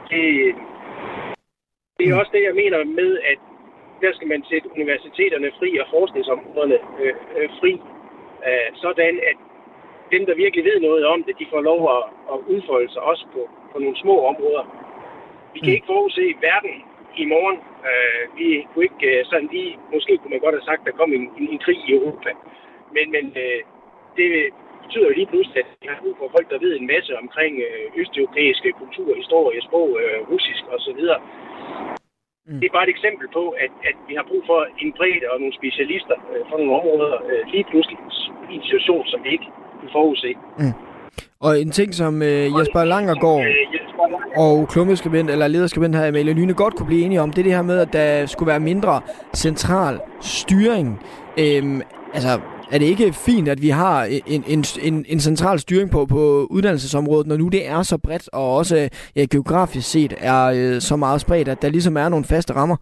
det er også det, jeg mener med, at der skal man sætte universiteterne fri og forskningsområderne fri. Sådan, at dem, der virkelig ved noget om det, de får lov at udfolde sig også på nogle små områder. Vi kan ikke forudse verden i morgen. Vi kunne ikke sådan lige, måske kunne man godt have sagt, at der kom en krig i Europa. Men det betyder jo lige pludselig, at vi har brug for folk, der ved en masse omkring østeuropæiske kultur, historie, sprog, russisk osv. Det er bare et eksempel på, at vi har brug for en bredde og nogle specialister for nogle områder lige pludselig i en situation, som vi ikke kunne forudse. Og en ting, som Jesper Langergaard og klummeskribent eller lederskribent her, Amalie Lyne, godt kunne blive enige om, det er det her med, at der skulle være mindre central styring. Altså, er det ikke fint, at vi har en central styring på uddannelsesområdet, når nu det er så bredt og også geografisk set er så meget spredt, at der ligesom er nogle faste rammer?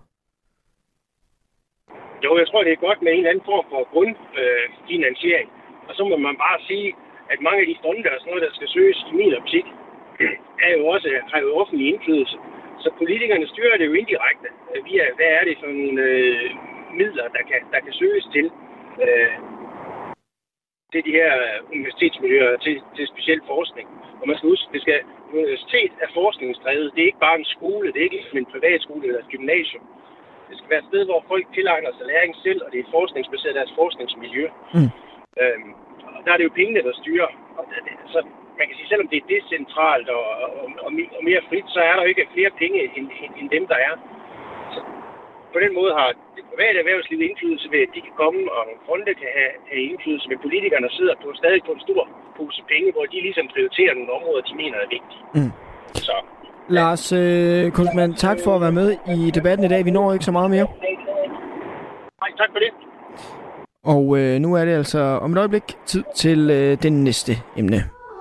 Jo, jeg tror, det er godt med en eller anden form for grundfinansiering. Og så må man bare sige, at mange af de fonde og sådan noget, der skal søges i min optik, har jo offentlig indflydelse. Så politikerne styrer det jo indirekte via, hvad er det for nogle midler, der kan søges til de her universitetsmiljøer, til speciel forskning. Og man skal huske, universitet er forskningsdrevet. Det er ikke bare en skole, det er ikke ligesom en privatskole eller et gymnasium. Det skal være et sted, hvor folk tilegner sig læring selv, og det er forskningsbaseret deres forskningsmiljø. Og der er det jo pengene, der styrer. Så man kan sige, selvom det er decentralt og mere frit, så er der jo ikke flere penge end dem, der er. Så på den måde har det private erhvervsliv indflydelse ved, at de kan komme, og nogle fonde kan have indflydelse ved politikerne, der sidder stadig på en stor pose penge, hvor de ligesom prioriterer nogle områder, de mener er vigtige. Så Lars Kunstmann, tak for at være med i debatten i dag. Vi når ikke så meget mere. Nej, tak for det. Og nu er det altså om et øjeblik tid til den næste emne.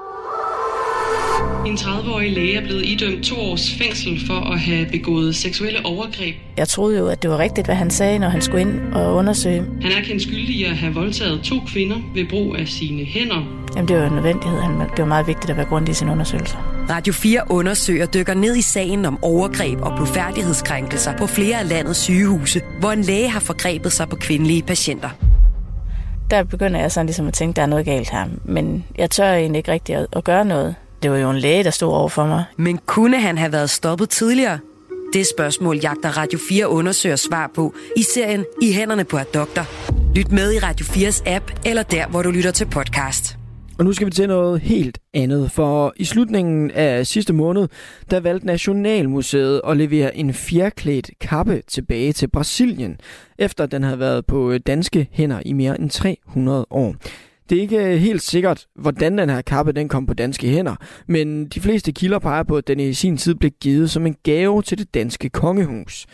En 30-årig læge er blevet idømt 2 års fængsel for at have begået seksuelle overgreb. Jeg troede jo, at det var rigtigt, hvad han sagde, når han skulle ind og undersøge. Han er kendt skyldig i at have voldtaget 2 kvinder ved brug af sine hænder. Jamen, det var en nødvendighed. Det var meget vigtigt at være grundig i sin undersøgelse. Radio 4 undersøger dykker ned i sagen om overgreb og blufærdighedskrænkelser på flere af landets sygehuse, hvor en læge har forgrebet sig på kvindelige patienter. Der begynder jeg sådan ligesom at tænke, at der er noget galt her. Men jeg tør egentlig ikke rigtig at gøre noget. Det var jo en læge, der stod over for mig. Men kunne han have været stoppet tidligere? Det spørgsmål jagter Radio 4 undersøger svar på i serien I hænderne på en doktor. Lyt med i Radio 4's app eller der, hvor du lytter til podcast. Og nu skal vi til noget helt andet, for i slutningen af sidste måned, der valgte Nationalmuseet at levere en fjerklædt kappe tilbage til Brasilien, efter den havde været på danske hænder i mere end 300 år. Det er ikke helt sikkert, hvordan den her kappe den kom på danske hænder, men de fleste kilder peger på, at den i sin tid blev givet som en gave til det danske kongehus.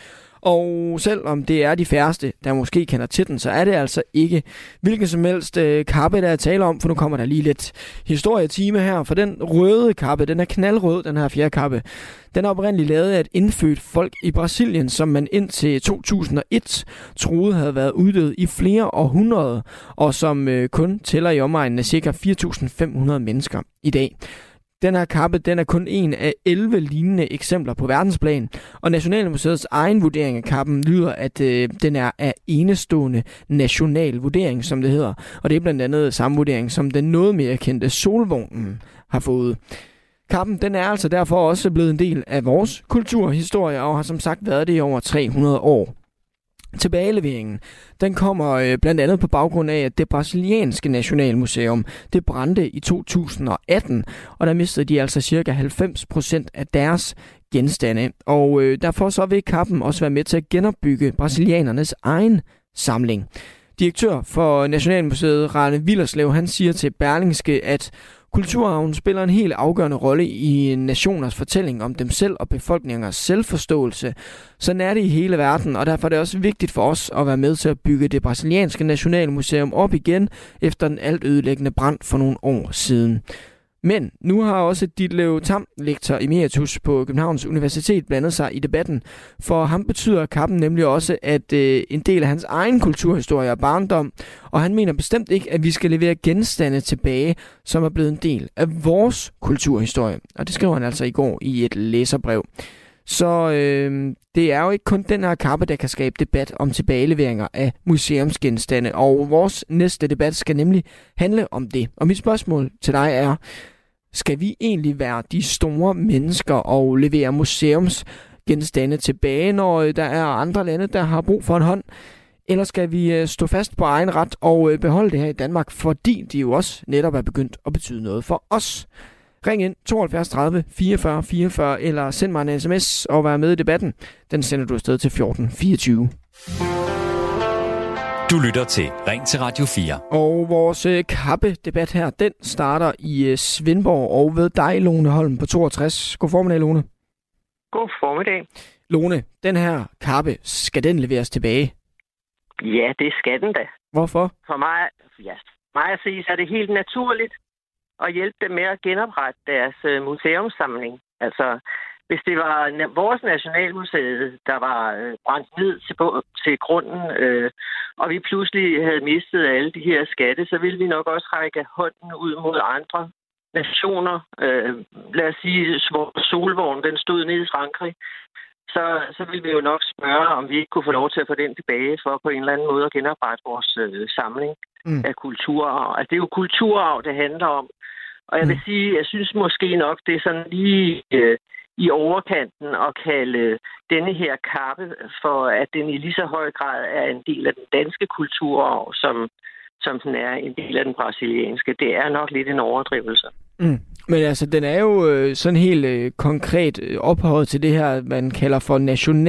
Og selvom det er de færreste, der måske kender til den, så er det altså ikke hvilken som helst kappe, der er tale om, for nu kommer der lige lidt historietime her. For den røde kappe, den er knaldrød, den her fjerkappe. Den er oprindeligt lavet af et indfødt folk i Brasilien, som man indtil 2001 troede havde været uddød i flere århundreder, og som kun tæller i omegnen af ca. 4.500 mennesker i dag. Den her kappe, den er kun en af 11 lignende eksempler på verdensplan, og Nationalmuseets egen vurdering af kappen lyder, at den er af enestående national vurdering, som det hedder. Og det er blandt andet samme vurdering, som den noget mere kendte Solvognen har fået. Kappen, den er altså derfor også blevet en del af vores kulturhistorie, og har som sagt været det i over 300 år. Tilbageleveringen, den kommer blandt andet på baggrund af, at det brasilianske nationalmuseum, det brændte i 2018, og der mistede de altså cirka 90% af deres genstande. Og derfor så vil kappen også være med til at genopbygge brasilianernes egen samling. Direktør for Nationalmuseet, Rane Willerslev, han siger til Berlingske, at kulturarven spiller en helt afgørende rolle i nationers fortælling om dem selv og befolkningers selvforståelse. Sådan er det i hele verden, og derfor er det også vigtigt for os at være med til at bygge det brasilianske nationalmuseum op igen efter den alt ødelæggende brand for nogle år siden. Men nu har også Ditlev Tamm, lektor emeritus på Københavns Universitet, blandet sig i debatten. For ham betyder kappen nemlig også, at en del af hans egen kulturhistorie er barndom, og han mener bestemt ikke, at vi skal levere genstande tilbage, som er blevet en del af vores kulturhistorie. Og det skriver han altså i går i et læserbrev. Så det er jo ikke kun den her kappe, der kan skabe debat om tilbageleveringer af museumsgenstande. Og vores næste debat skal nemlig handle om det. Og mit spørgsmål til dig er, skal vi egentlig være de store mennesker og levere museumsgenstande tilbage, når der er andre lande, der har brug for en hånd? Eller skal vi stå fast på egen ret og beholde det her i Danmark, fordi de jo også netop er begyndt at betyde noget for os? Ring ind 72 30 44 44 eller send mig en sms og vær med i debatten. Den sender du afsted til 14 24. Du lytter til Ring til Radio 4. Og vores kappedebat her, den starter i Svendborg og ved dig, Lone Holm på 62. God formiddag, Lone. God formiddag. Lone, den her kappe, skal den leveres tilbage? Ja, det skal den da. Hvorfor? For mig at sige, så er det helt naturligt at hjælpe dem med at genoprette deres museumssamling. Altså, hvis det var vores Nationalmuseet, der var brændt ned til grunden, og vi pludselig havde mistet alle de her skatte, så ville vi nok også række hånden ud mod andre nationer. Lad os sige, Solvognen, den stod nede i Frankrig. Så ville vi jo nok spørge, om vi ikke kunne få lov til at få den tilbage for på en eller anden måde at genoprette vores samling af kulturarv. Altså, det er jo kulturarv, det handler om. Og jeg vil sige, jeg synes måske nok, det er sådan lige i overkanten at kalde denne her kappe for, at den i lige så høj grad er en del af den danske kulturarv, som den er en del af den brasilianske. Det er nok lidt en overdrivelse. Men altså, den er jo sådan helt konkret ophøjet til det her, man kalder for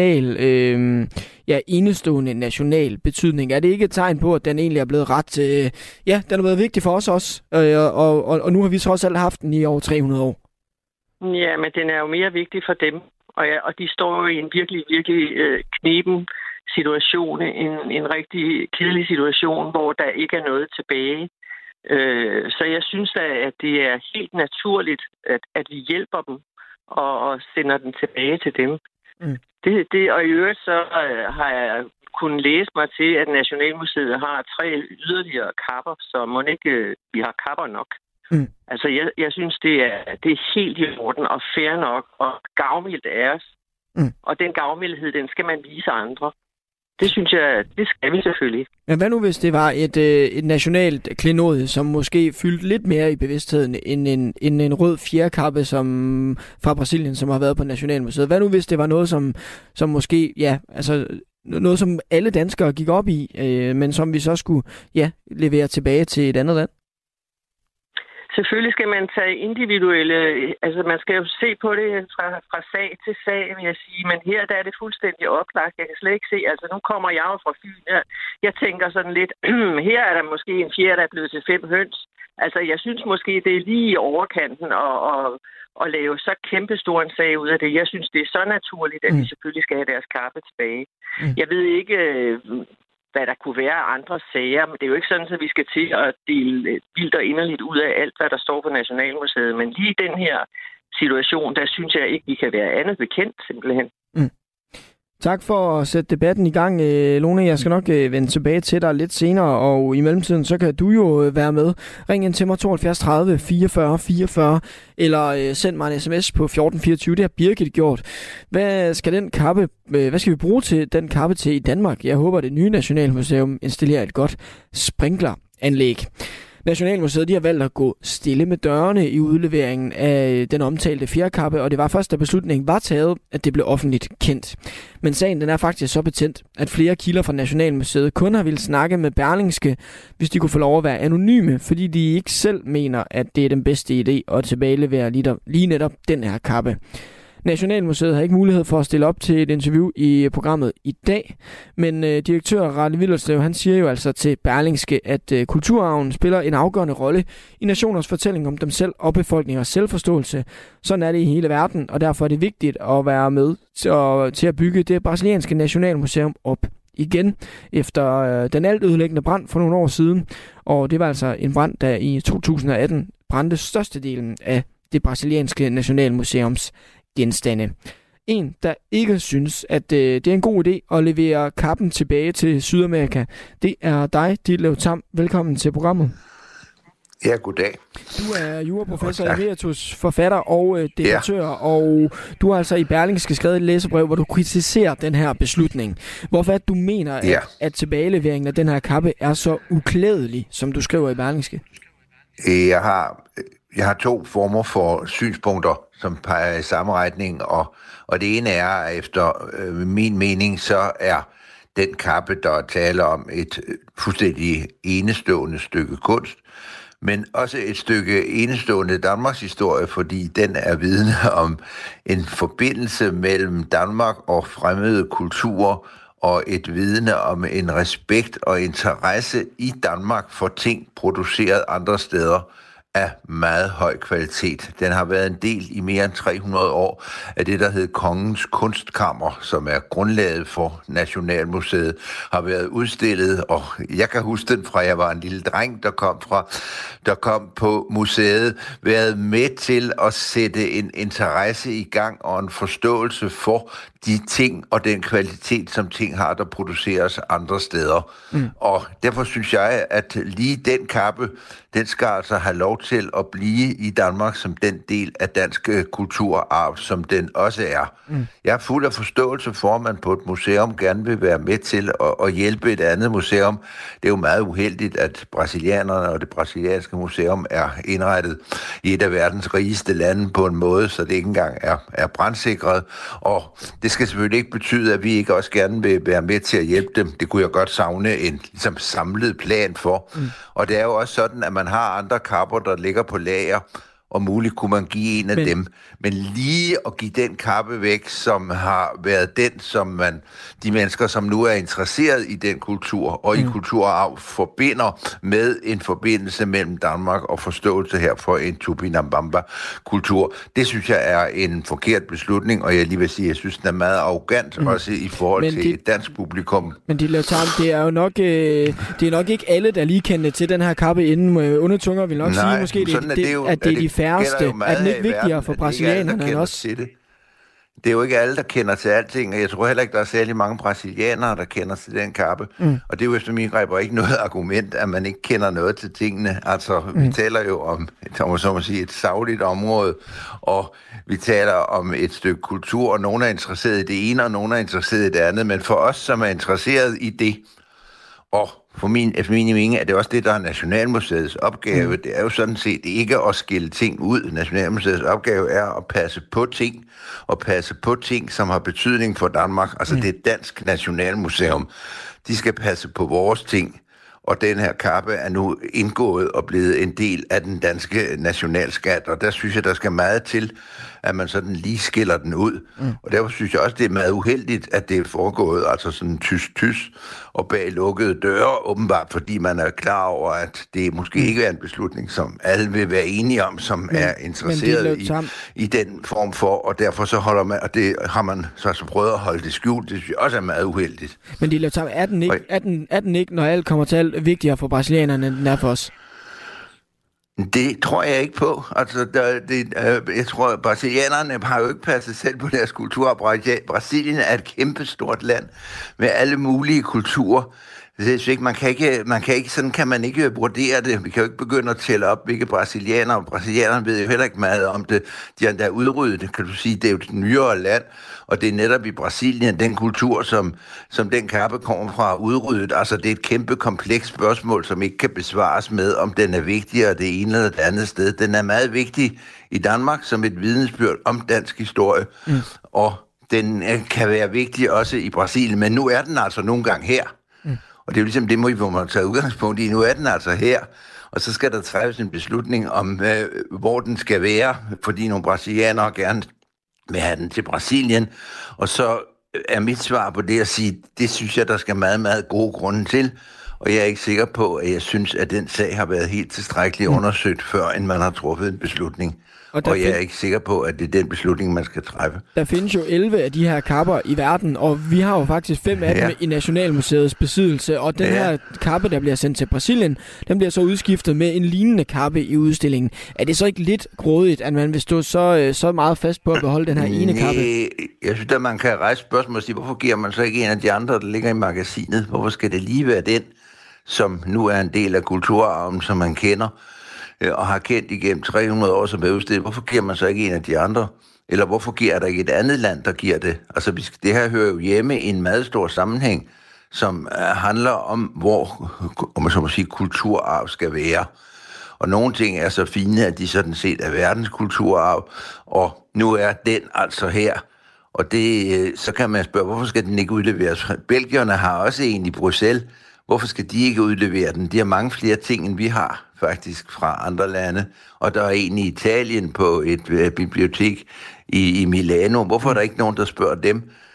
enestående national betydning. Er det ikke et tegn på, at den egentlig er blevet ret... den har været vigtig for os også, og nu har vi trods alt haft den i over 300 år. Ja, men den er jo mere vigtig for dem, og de står jo i en virkelig, virkelig kneben situation, en rigtig kedelig situation, hvor der ikke er noget tilbage. Så jeg synes da, at det er helt naturligt, at vi hjælper dem og sender den tilbage til dem. Og i øvrigt så har jeg kunnet læse mig til, at Nationalmuseet har 3 yderligere kapper, så må ikke vi har kapper nok. Altså, jeg synes, det er helt i orden og fair nok og gavmildt af os. Og den gavmildhed, den skal man vise andre. Det synes jeg, det skal vi selvfølgelig. Men hvad nu, hvis det var et nationalt klenodie, som måske fyldte lidt mere i bevidstheden end en rød fjerkappe fra Brasilien, som har været på Nationalmuseet? Hvad nu, hvis det var noget, som måske, noget, som alle danskere gik op i, men som vi så skulle, levere tilbage til et andet land? Selvfølgelig skal man tage individuelle... Altså, man skal jo se på det fra sag til sag, vil jeg sige. Men her der er det fuldstændig oplagt. Jeg kan slet ikke se... Altså, nu kommer jeg jo fra Fyn. Jeg tænker sådan lidt... Her er der måske en fjer, der er blevet til 5 høns. Altså, jeg synes måske, det er lige i overkanten at lave så kæmpestor en sag ud af det. Jeg synes, det er så naturligt, at de selvfølgelig skal have deres kappe tilbage. Jeg ved ikke... hvad der kunne være andre sager, men det er jo ikke sådan, at vi skal til at dele vildt og inderligt ud af alt, hvad der står på Nationalmuseet. Men lige i den her situation, der synes jeg ikke, vi kan være andet bekendt, simpelthen. Tak for at sætte debatten i gang, Lone. Jeg skal nok vende tilbage til dig lidt senere, og i mellemtiden, så kan du jo være med. Ring ind til mig 72 30 44 44, eller send mig en sms på 1424. Det har Birgit gjort. Hvad skal vi bruge til den kappe til i Danmark? Jeg håber, det nye Nationalmuseum installerer et godt sprinkleranlæg. Nationalmuseet de har valgt at gå stille med dørene i udleveringen af den omtalte fjerkappe, og det var først, da beslutningen var taget, at det blev offentligt kendt. Men sagen den er faktisk så betændt, at flere kilder fra Nationalmuseet kun har ville snakke med Berlingske, hvis de kunne få lov at være anonyme, fordi de ikke selv mener, at det er den bedste idé at tilbagelevere lige netop den her kappe. Nationalmuseet har ikke mulighed for at stille op til et interview i programmet i dag, men direktør Rane Willerslev, han siger jo altså til Berlingske, at kulturarven spiller en afgørende rolle i nationers fortælling om dem selv og befolkningers selvforståelse. Sådan er det i hele verden, og derfor er det vigtigt at være med til at bygge det brasilianske Nationalmuseum op igen efter den alt ødelæggende brand for nogle år siden. Og det var altså en brand, der i 2018 brændte størstedelen af det brasilianske Nationalmuseums genstande. En, der ikke synes, at det er en god idé at levere kappen tilbage til Sydamerika, det er dig, Ditlev Tamm. Velkommen til programmet. Ja, goddag. Du er juraprofessor, emeritus, forfatter og debattør, og du har altså i Berlingske skrevet et læserbrev, hvor du kritiserer den her beslutning. Hvorfor at du mener, at tilbageleveringen af den her kappe er så uklædelig, som du skriver i Berlingske? Jeg har 2 former for synspunkter, som peger i samme retning, og det ene er, at efter min mening, så er den kappe, der er tale om, et fuldstændig enestående stykke kunst, men også et stykke enestående Danmarks historie, fordi den er vidne om en forbindelse mellem Danmark og fremmede kulturer og et vidne om en respekt og interesse i Danmark for ting produceret andre steder af meget høj kvalitet. Den har været en del i mere end 300 år af det, der hed Kongens Kunstkammer, som er grundlaget for Nationalmuseet, har været udstillet, og jeg kan huske den fra, jeg var en lille dreng, der kom på museet, været med til at sætte en interesse i gang og en forståelse for de ting og den kvalitet, som ting har, der produceres andre steder. Og derfor synes jeg, at lige den kappe, den skal altså have lov til at blive i Danmark som den del af dansk kulturarv, som den også er. Jeg er fuld af forståelse for, at man på et museum gerne vil være med til at hjælpe et andet museum. Det er jo meget uheldigt, at brasilianerne og det brasilianske museum er indrettet i et af verdens rigeste lande på en måde, så det ikke engang er brandsikret. Og det skal selvfølgelig ikke betyde, at vi ikke også gerne vil være med til at hjælpe dem. Det kunne jeg godt savne en ligesom samlet plan for. Og det er jo også sådan, at man har andre kapper, der ligger på lager, og muligt kunne man give en af dem. Men lige at give den kappe væk, som har været den, som de mennesker, som nu er interesseret i den kultur og i kulturarv, forbinder med en forbindelse mellem Danmark og forståelse her for en Tupinambamba-kultur. Det synes jeg er en forkert beslutning, og jeg lige vil sige, at jeg synes, den er meget arrogant, også i forhold til et dansk publikum. Men det er jo nok, det er nok ikke alle, der lige kender til den her kappe inden. Undertunger vil nok sige, måske, at det er de færreste. Er den ikke vigtigere for brasilianerne end os? Det er jo ikke alle, der kender til alting, og jeg tror heller ikke, der er særlig mange brasilianere, der kender til den kappe. Og det er jo efter min greb ikke noget argument, at man ikke kender noget til tingene. Altså, vi taler jo om, så må sige, et sagligt område, og vi taler om et stykke kultur, og nogen er interesseret i det ene, og nogen er interesseret i det andet. Men for os, som er interesseret i det, og efter min mening er det også det, der er Nationalmuseets opgave. Det er jo sådan set ikke at skille ting ud. Nationalmuseets opgave er at passe på ting, og passe på ting, som har betydning for Danmark. Altså det er Dansk Nationalmuseum. De skal passe på vores ting, og den her kappe er nu indgået og blevet en del af den danske nationalskat, og der synes jeg, der skal meget til, at man sådan lige skiller den ud. Og derfor synes jeg også, det er meget uheldigt, at det er foregået altså sådan tysk og bag lukkede døre, åbenbart fordi man er klar over, at det måske ikke er en beslutning, som alle vil være enige om, som er interesseret i den form for, og derfor så holder man, og det har man så prøvet at holde det skjult. Det synes jeg også er meget uheldigt. Men det er den ikke, når alt kommer til alt, vigtigere for brasilianerne, end den er for os? Det tror jeg ikke på. Altså, jeg tror, at brasilianerne har jo ikke passet selv på deres kultur. Brasilien er et kæmpestort land med alle mulige kulturer. Sådan kan man ikke vurdere det. Vi kan jo ikke begynde at tælle op, hvilke brasilianere. Brasilianerne ved jo heller ikke meget om det. De har endda udryddet det, kan du sige. Det er jo et nyere land, og det er netop i Brasilien, den kultur, som den kappe kommer fra, udryddet. Altså, det er et kæmpe komplekst spørgsmål, som ikke kan besvares med, om den er vigtigere det ene eller det andet sted. Den er meget vigtig i Danmark som et vidnesbyrd om dansk historie, og den kan være vigtig også i Brasilien, men nu er den altså nogle gange her. Og det er jo ligesom det, må man tage udgangspunkt i. Nu er den altså her, og så skal der træffes en beslutning om, hvor den skal være, fordi nogle brasilianere gerne vil have den til Brasilien. Og så er mit svar på det at sige, det synes jeg, der skal meget, meget gode grunde til. Og jeg er ikke sikker på, at jeg synes, at den sag har været helt tilstrækkeligt undersøgt, før end man har truffet en beslutning. Og jeg er ikke sikker på, at det er den beslutning, man skal træffe. Der findes jo 11 af de her kapper i verden, og vi har jo faktisk 5 af dem i Nationalmuseets besiddelse. Og den her kappe, der bliver sendt til Brasilien, den bliver så udskiftet med en lignende kappe i udstillingen. Er det så ikke lidt grådigt, at man vil stå så meget fast på at beholde den her ene kappe? Jeg synes, at man kan rejse spørgsmål og sige, hvorfor giver man så ikke en af de andre, der ligger i magasinet? Hvorfor skal det lige være den, som nu er en del af kulturarven, som man kender og har kendt igennem 300 år som udstillet? Hvorfor giver man så ikke en af de andre? Eller hvorfor giver der ikke et andet land, der giver det? Altså, det her hører jo hjemme i en meget stor sammenhæng, som handler om, hvor, om man så må sige, kulturarv skal være. Og nogle ting er så fine, at de sådan set er verdens kulturarv, og nu er den altså her. Og det, så kan man spørge, hvorfor skal den ikke udleveres? Belgierne har også en i Bruxelles. Hvorfor skal de ikke udlevere den? De har mange flere ting, end vi har, faktisk, fra andre lande. Og der er en i Italien på et bibliotek i Milano. Hvorfor er der ikke nogen, der spørger dem?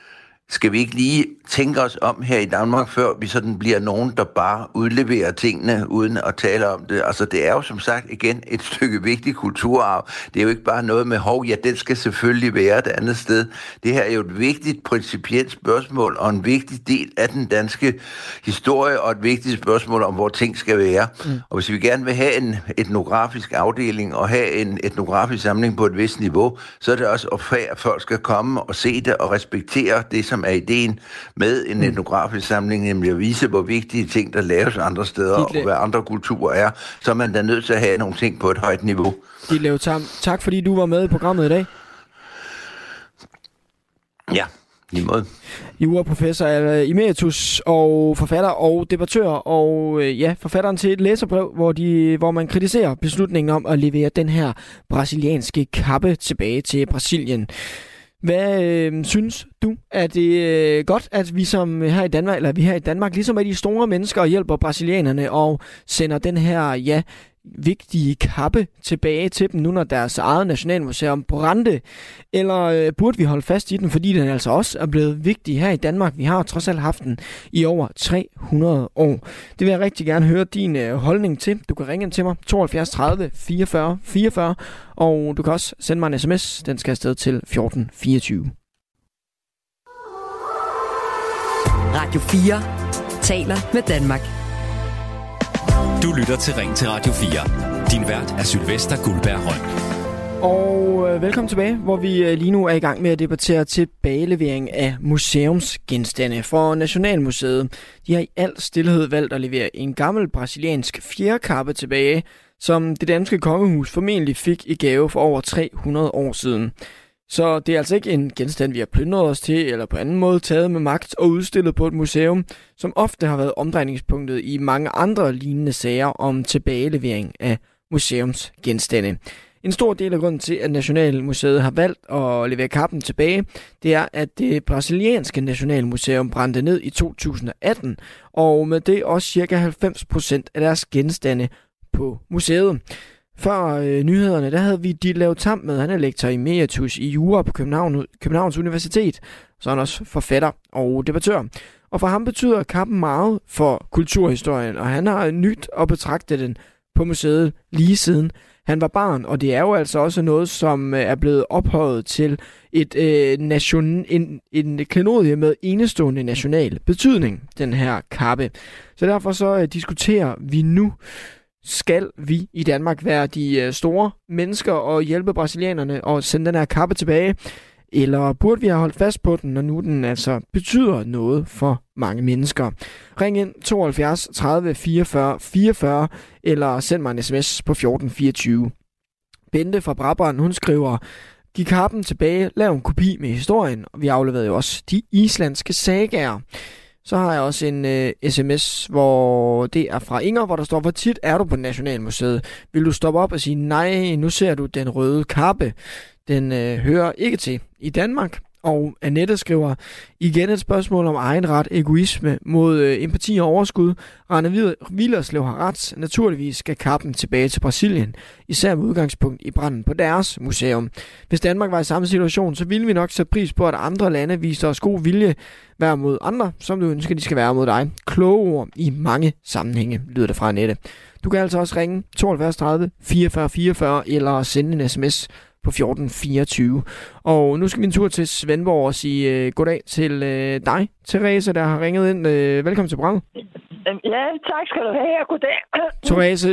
skal vi ikke lige tænke os om her i Danmark, før vi sådan bliver nogen, der bare udleverer tingene, uden at tale om det? Altså, det er jo som sagt igen et stykke vigtig kulturarv. Det er jo ikke bare noget med, den skal selvfølgelig være et andet sted. Det her er jo et vigtigt principielt spørgsmål, og en vigtig del af den danske historie, og et vigtigt spørgsmål om, hvor ting skal være. Og hvis vi gerne vil have en etnografisk afdeling, og have en etnografisk samling på et vist niveau, så er det også opfærd, at folk skal komme og se det, og respektere det, som er ideen med en etnografisk samling, nemlig at vise, hvor vigtige ting, der laves andre steder, og hvad andre kulturer er, så er man da nødt til at have nogle ting på et højt niveau. Ditlev Tamm, tak fordi du var med i programmet i dag. Ja, lige måde. Juraprofessor emeritus og forfatter og debattør, og forfatteren til et læserbrev, hvor man kritiserer beslutningen om at levere den her brasilianske kappe tilbage til Brasilien. Hvad synes du? Er det godt, at vi her i Danmark, ligesom er de store mennesker og hjælper brasilianerne og sender den her, vigtige kappe tilbage til dem, nu når deres eget nationalmuseum brændte? Eller burde vi holde fast i den, fordi den altså også er blevet vigtig her i Danmark? Vi har trods alt haft den i over 300 år. Det vil jeg rigtig gerne høre din holdning til. Du kan ringe ind til mig, 72 30 44 44, og du kan også sende mig en sms. Den skal afsted til 1424. Radio 4 taler med Danmark. Du lytter til Ring til Radio 4. Din vært er Sylvester Guldberg Røn. Og velkommen tilbage, hvor vi lige nu er i gang med at debattere tilbagelevering af museumsgenstande. For Nationalmuseet, de har i al stilhed valgt at levere en gammel brasiliansk fjerkappe tilbage, som det danske kongehus formentlig fik i gave for over 300 år siden. Så det er altså ikke en genstand, vi har plyndret os til, eller på anden måde taget med magt og udstillet på et museum, som ofte har været omdrejningspunktet i mange andre lignende sager om tilbagelevering af museumsgenstande. En stor del af grunden til, at Nationalmuseet har valgt at levere kappen tilbage, det er, at det brasilianske Nationalmuseum brændte ned i 2018, og med det også ca. 90% af deres genstande på museet. Før nyhederne, der havde vi Ditlev Tamm med. Han er lektor emeritus i jura på Københavns Universitet. Så er han også forfatter og debattør. Og for ham betyder kappen meget for kulturhistorien, og han har nyt at betragte den på museet lige siden han var barn. Og det er jo altså også noget, som er blevet ophøjet til en klenodie med enestående national betydning, den her kappe. Så derfor så diskuterer vi nu, skal vi i Danmark være de store mennesker og hjælpe brasilianerne og sende den her kappe tilbage? Eller burde vi have holdt fast på den, når nu den altså betyder noget for mange mennesker? Ring ind 72 30 44 44, eller send mig en sms på 1424. Bente fra Brabrand, hun skriver: giv kappen tilbage, lav en kopi med historien. Vi afleverede jo også de islandske sagaer. Så har jeg også en sms, hvor det er fra Inger, hvor der står: hvor tit er du på Nationalmuseet? Vil du stoppe op og sige, nej, nu ser du den røde kappe. Den hører ikke til i Danmark. Og Annette skriver: igen et spørgsmål om egenret, egoisme mod empati og overskud. Rane Willerslev har ret. Naturligvis skal kappen tilbage til Brasilien, især med udgangspunkt i branden på deres museum. Hvis Danmark var i samme situation, så ville vi nok sætte pris på, at andre lande viste os god vilje være mod andre, som du ønsker, de skal være mod dig. Kloge ord i mange sammenhænge, lyder det fra Annette. Du kan altså også ringe 72 30 44 44 eller sende en sms på 1424. Og nu skal vi en tur til Svendborg og sige goddag til dig, Therese, der har ringet ind. Velkommen til programmet. Ja, tak skal du have. Goddag. Therese,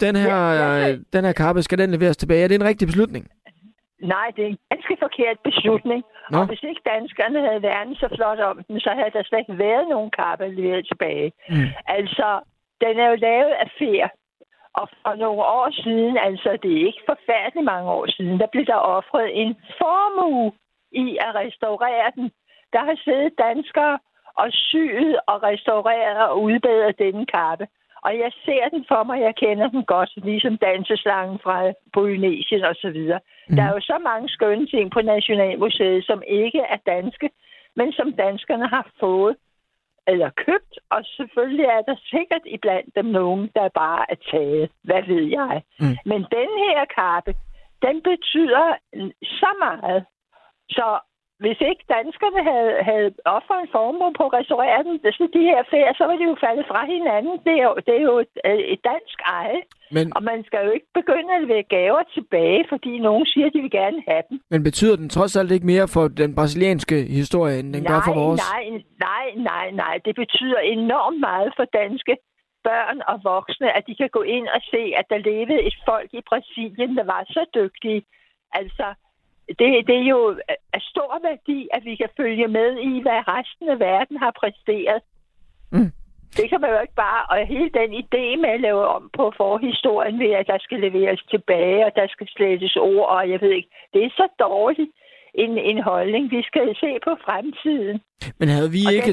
den her kappe, skal den leveres tilbage? Er det en rigtig beslutning? Nej, det er en ganske forkert beslutning. Nå. Og hvis ikke danskerne havde været så flot om den, så havde der slet ikke været nogen kappe leveret tilbage. Altså, den er jo lavet af fer. Og for nogle år siden, altså det er ikke forfærdeligt mange år siden, der blev der offret en formue i at restaurere den. Der har siddet danskere og syet og restaureret og udbedret denne kappe. Og jeg ser den for mig, jeg kender den godt, ligesom danseslangen fra Polynesien og så videre. Der er jo så mange skønne ting på Nationalmuseet, som ikke er danske, men som danskerne har fået eller købt, og selvfølgelig er der sikkert iblandt dem nogen, der bare er taget. Hvad ved jeg? Men den her kappe, den betyder så meget. Så hvis ikke danskerne havde offret en formue på at restaurere den, så de her ferier, så var de jo faldet fra hinanden. Det er jo et dansk eje. Og man skal jo ikke begynde at levere gaver tilbage, fordi nogen siger, at de vil gerne have dem. Men betyder den trods alt ikke mere for den brasilianske historie, end den gør for vores? Nej. Det betyder enormt meget for danske børn og voksne, at de kan gå ind og se, at der levede et folk i Brasilien, der var så dygtige. Altså, det er jo af stor værdi, at vi kan følge med i, hvad resten af verden har præsteret. Det kan man jo ikke bare... Og hele den idé med at lave om på forhistorien ved, at der skal leveres tilbage, og der skal slettes ord, og jeg ved ikke... Det er så dårligt en holdning. Vi skal se på fremtiden. Men havde vi ikke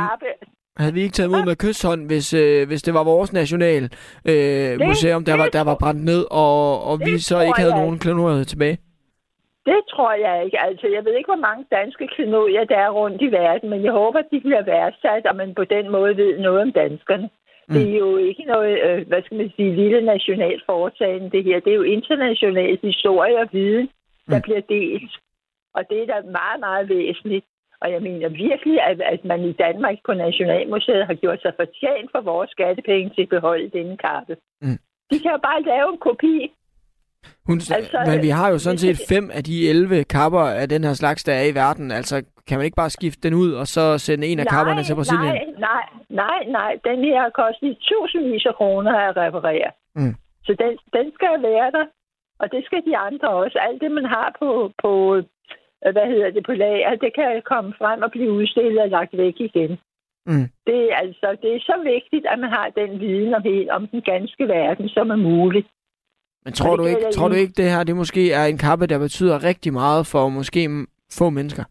taget imod med kysshånd, hvis det var vores national museum, der var brændt ned, og vi så ikke havde nogen klenodier tilbage? Det tror jeg ikke. Altså, jeg ved ikke, hvor mange danske klenodier der er rundt i verden, men jeg håber, de bliver værdsat, og man på den måde ved noget om danskerne. Det er jo ikke noget, lille nationalt foretagende, det her. Det er jo international historie og viden, der bliver delt. Og det er da meget, meget væsentligt. Og jeg mener virkelig, at man i Danmark på Nationalmuseet har gjort sig fortjent for vores skattepenge til at beholde denne kappe. De kan jo bare lave en kopi. Men vi har jo sådan set 5 af de 11 kapper af den her slags, der er i verden. Altså, kan man ikke bare skifte den ud, og så sende en af kapperne til Brasilien? Nej. Den her har kostet tusindvis af kroner at reparere. Så den skal være der. Og det skal de andre også. Alt det, man har på lager, det kan komme frem og blive udstillet og lagt væk igen. Det er så vigtigt, at man har den viden om den ganske verden, som er muligt. Men tror du ikke, det her det måske er en kappe, der betyder rigtig meget for måske få mennesker?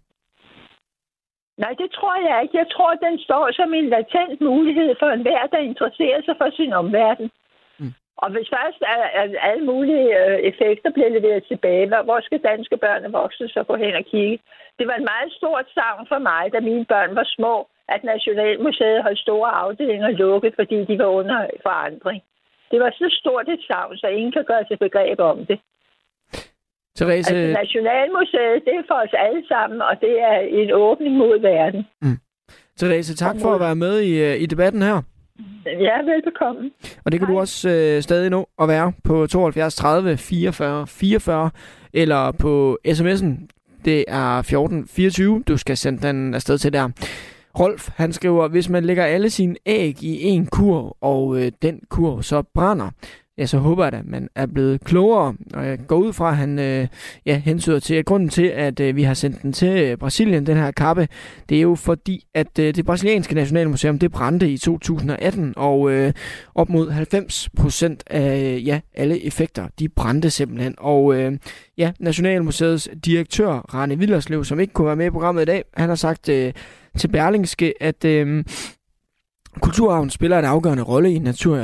Nej, det tror jeg ikke. Jeg tror, den står som en latent mulighed for enhver, der interesserer sig for sin omverden. Og hvis først alle mulige effekter bliver leveret tilbage, hvor skal danske børn og voksne så gå hen og kigge? Det var en meget stort savn for mig, da mine børn var små, at Nationalmuseet holdt store afdelinger lukket, fordi de var under forandring. Det var så stort et savn, så ingen kan gøre sig begreb om det. Therese... Altså, Nationalmuseet, det er for os alle sammen, og det er en åbning mod verden. Therese, tak for at være med i debatten her. Ja, velbekomme. Og det kan du også stadig nå at være på 72 30 44 44, eller på sms'en. Det er 1424, du skal sende den afsted til der. Rolf, han skriver, hvis man lægger alle sine æg i en kurv, og den kurv så brænder, ja, så håber jeg da, at man er blevet klogere. Og jeg går ud fra, at han hensyder til, at grunden til, at vi har sendt den til Brasilien, den her kappe, det er jo fordi, at det brasilianske nationalmuseum, det brændte i 2018, og op mod 90% af alle effekter, de brændte simpelthen. Og Nationalmuseets direktør, Rane Willerslev, som ikke kunne være med i programmet i dag, han har sagt til Berlingske, at kulturarven spiller en afgørende rolle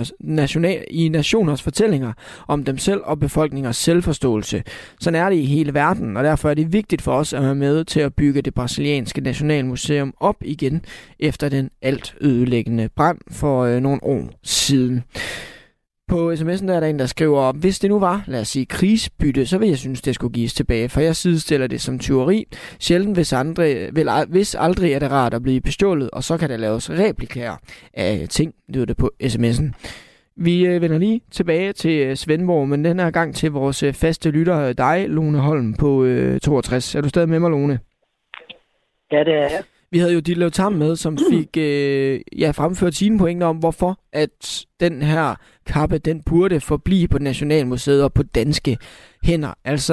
i nationers fortællinger om dem selv og befolkningers selvforståelse. Sådan er det i hele verden, og derfor er det vigtigt for os at være med til at bygge det brasilianske nationalmuseum op igen efter den alt ødelæggende brand for nogle år siden. På sms'en der er der en, der skriver, hvis det nu var, lad os sige, krigsbytte, så vil jeg synes, det skulle gives tilbage, for jeg sidestiller det som tyveri. Sjældent hvis aldrig er det rart at blive bestjålet, og så kan der laves replikaer af ting, lyder det på sms'en. Vi vender lige tilbage til Svendborg, men den her gang til vores faste lytter, dig, Lone Holm, på 62. Er du stadig med mig, Lone? Ja, det er jeg. Vi havde jo Ditlev Tamm med, som fik fremført sine pointer om, hvorfor at den her kappe, den burde forblive på Nationalmuseet og på danske hænder. Altså,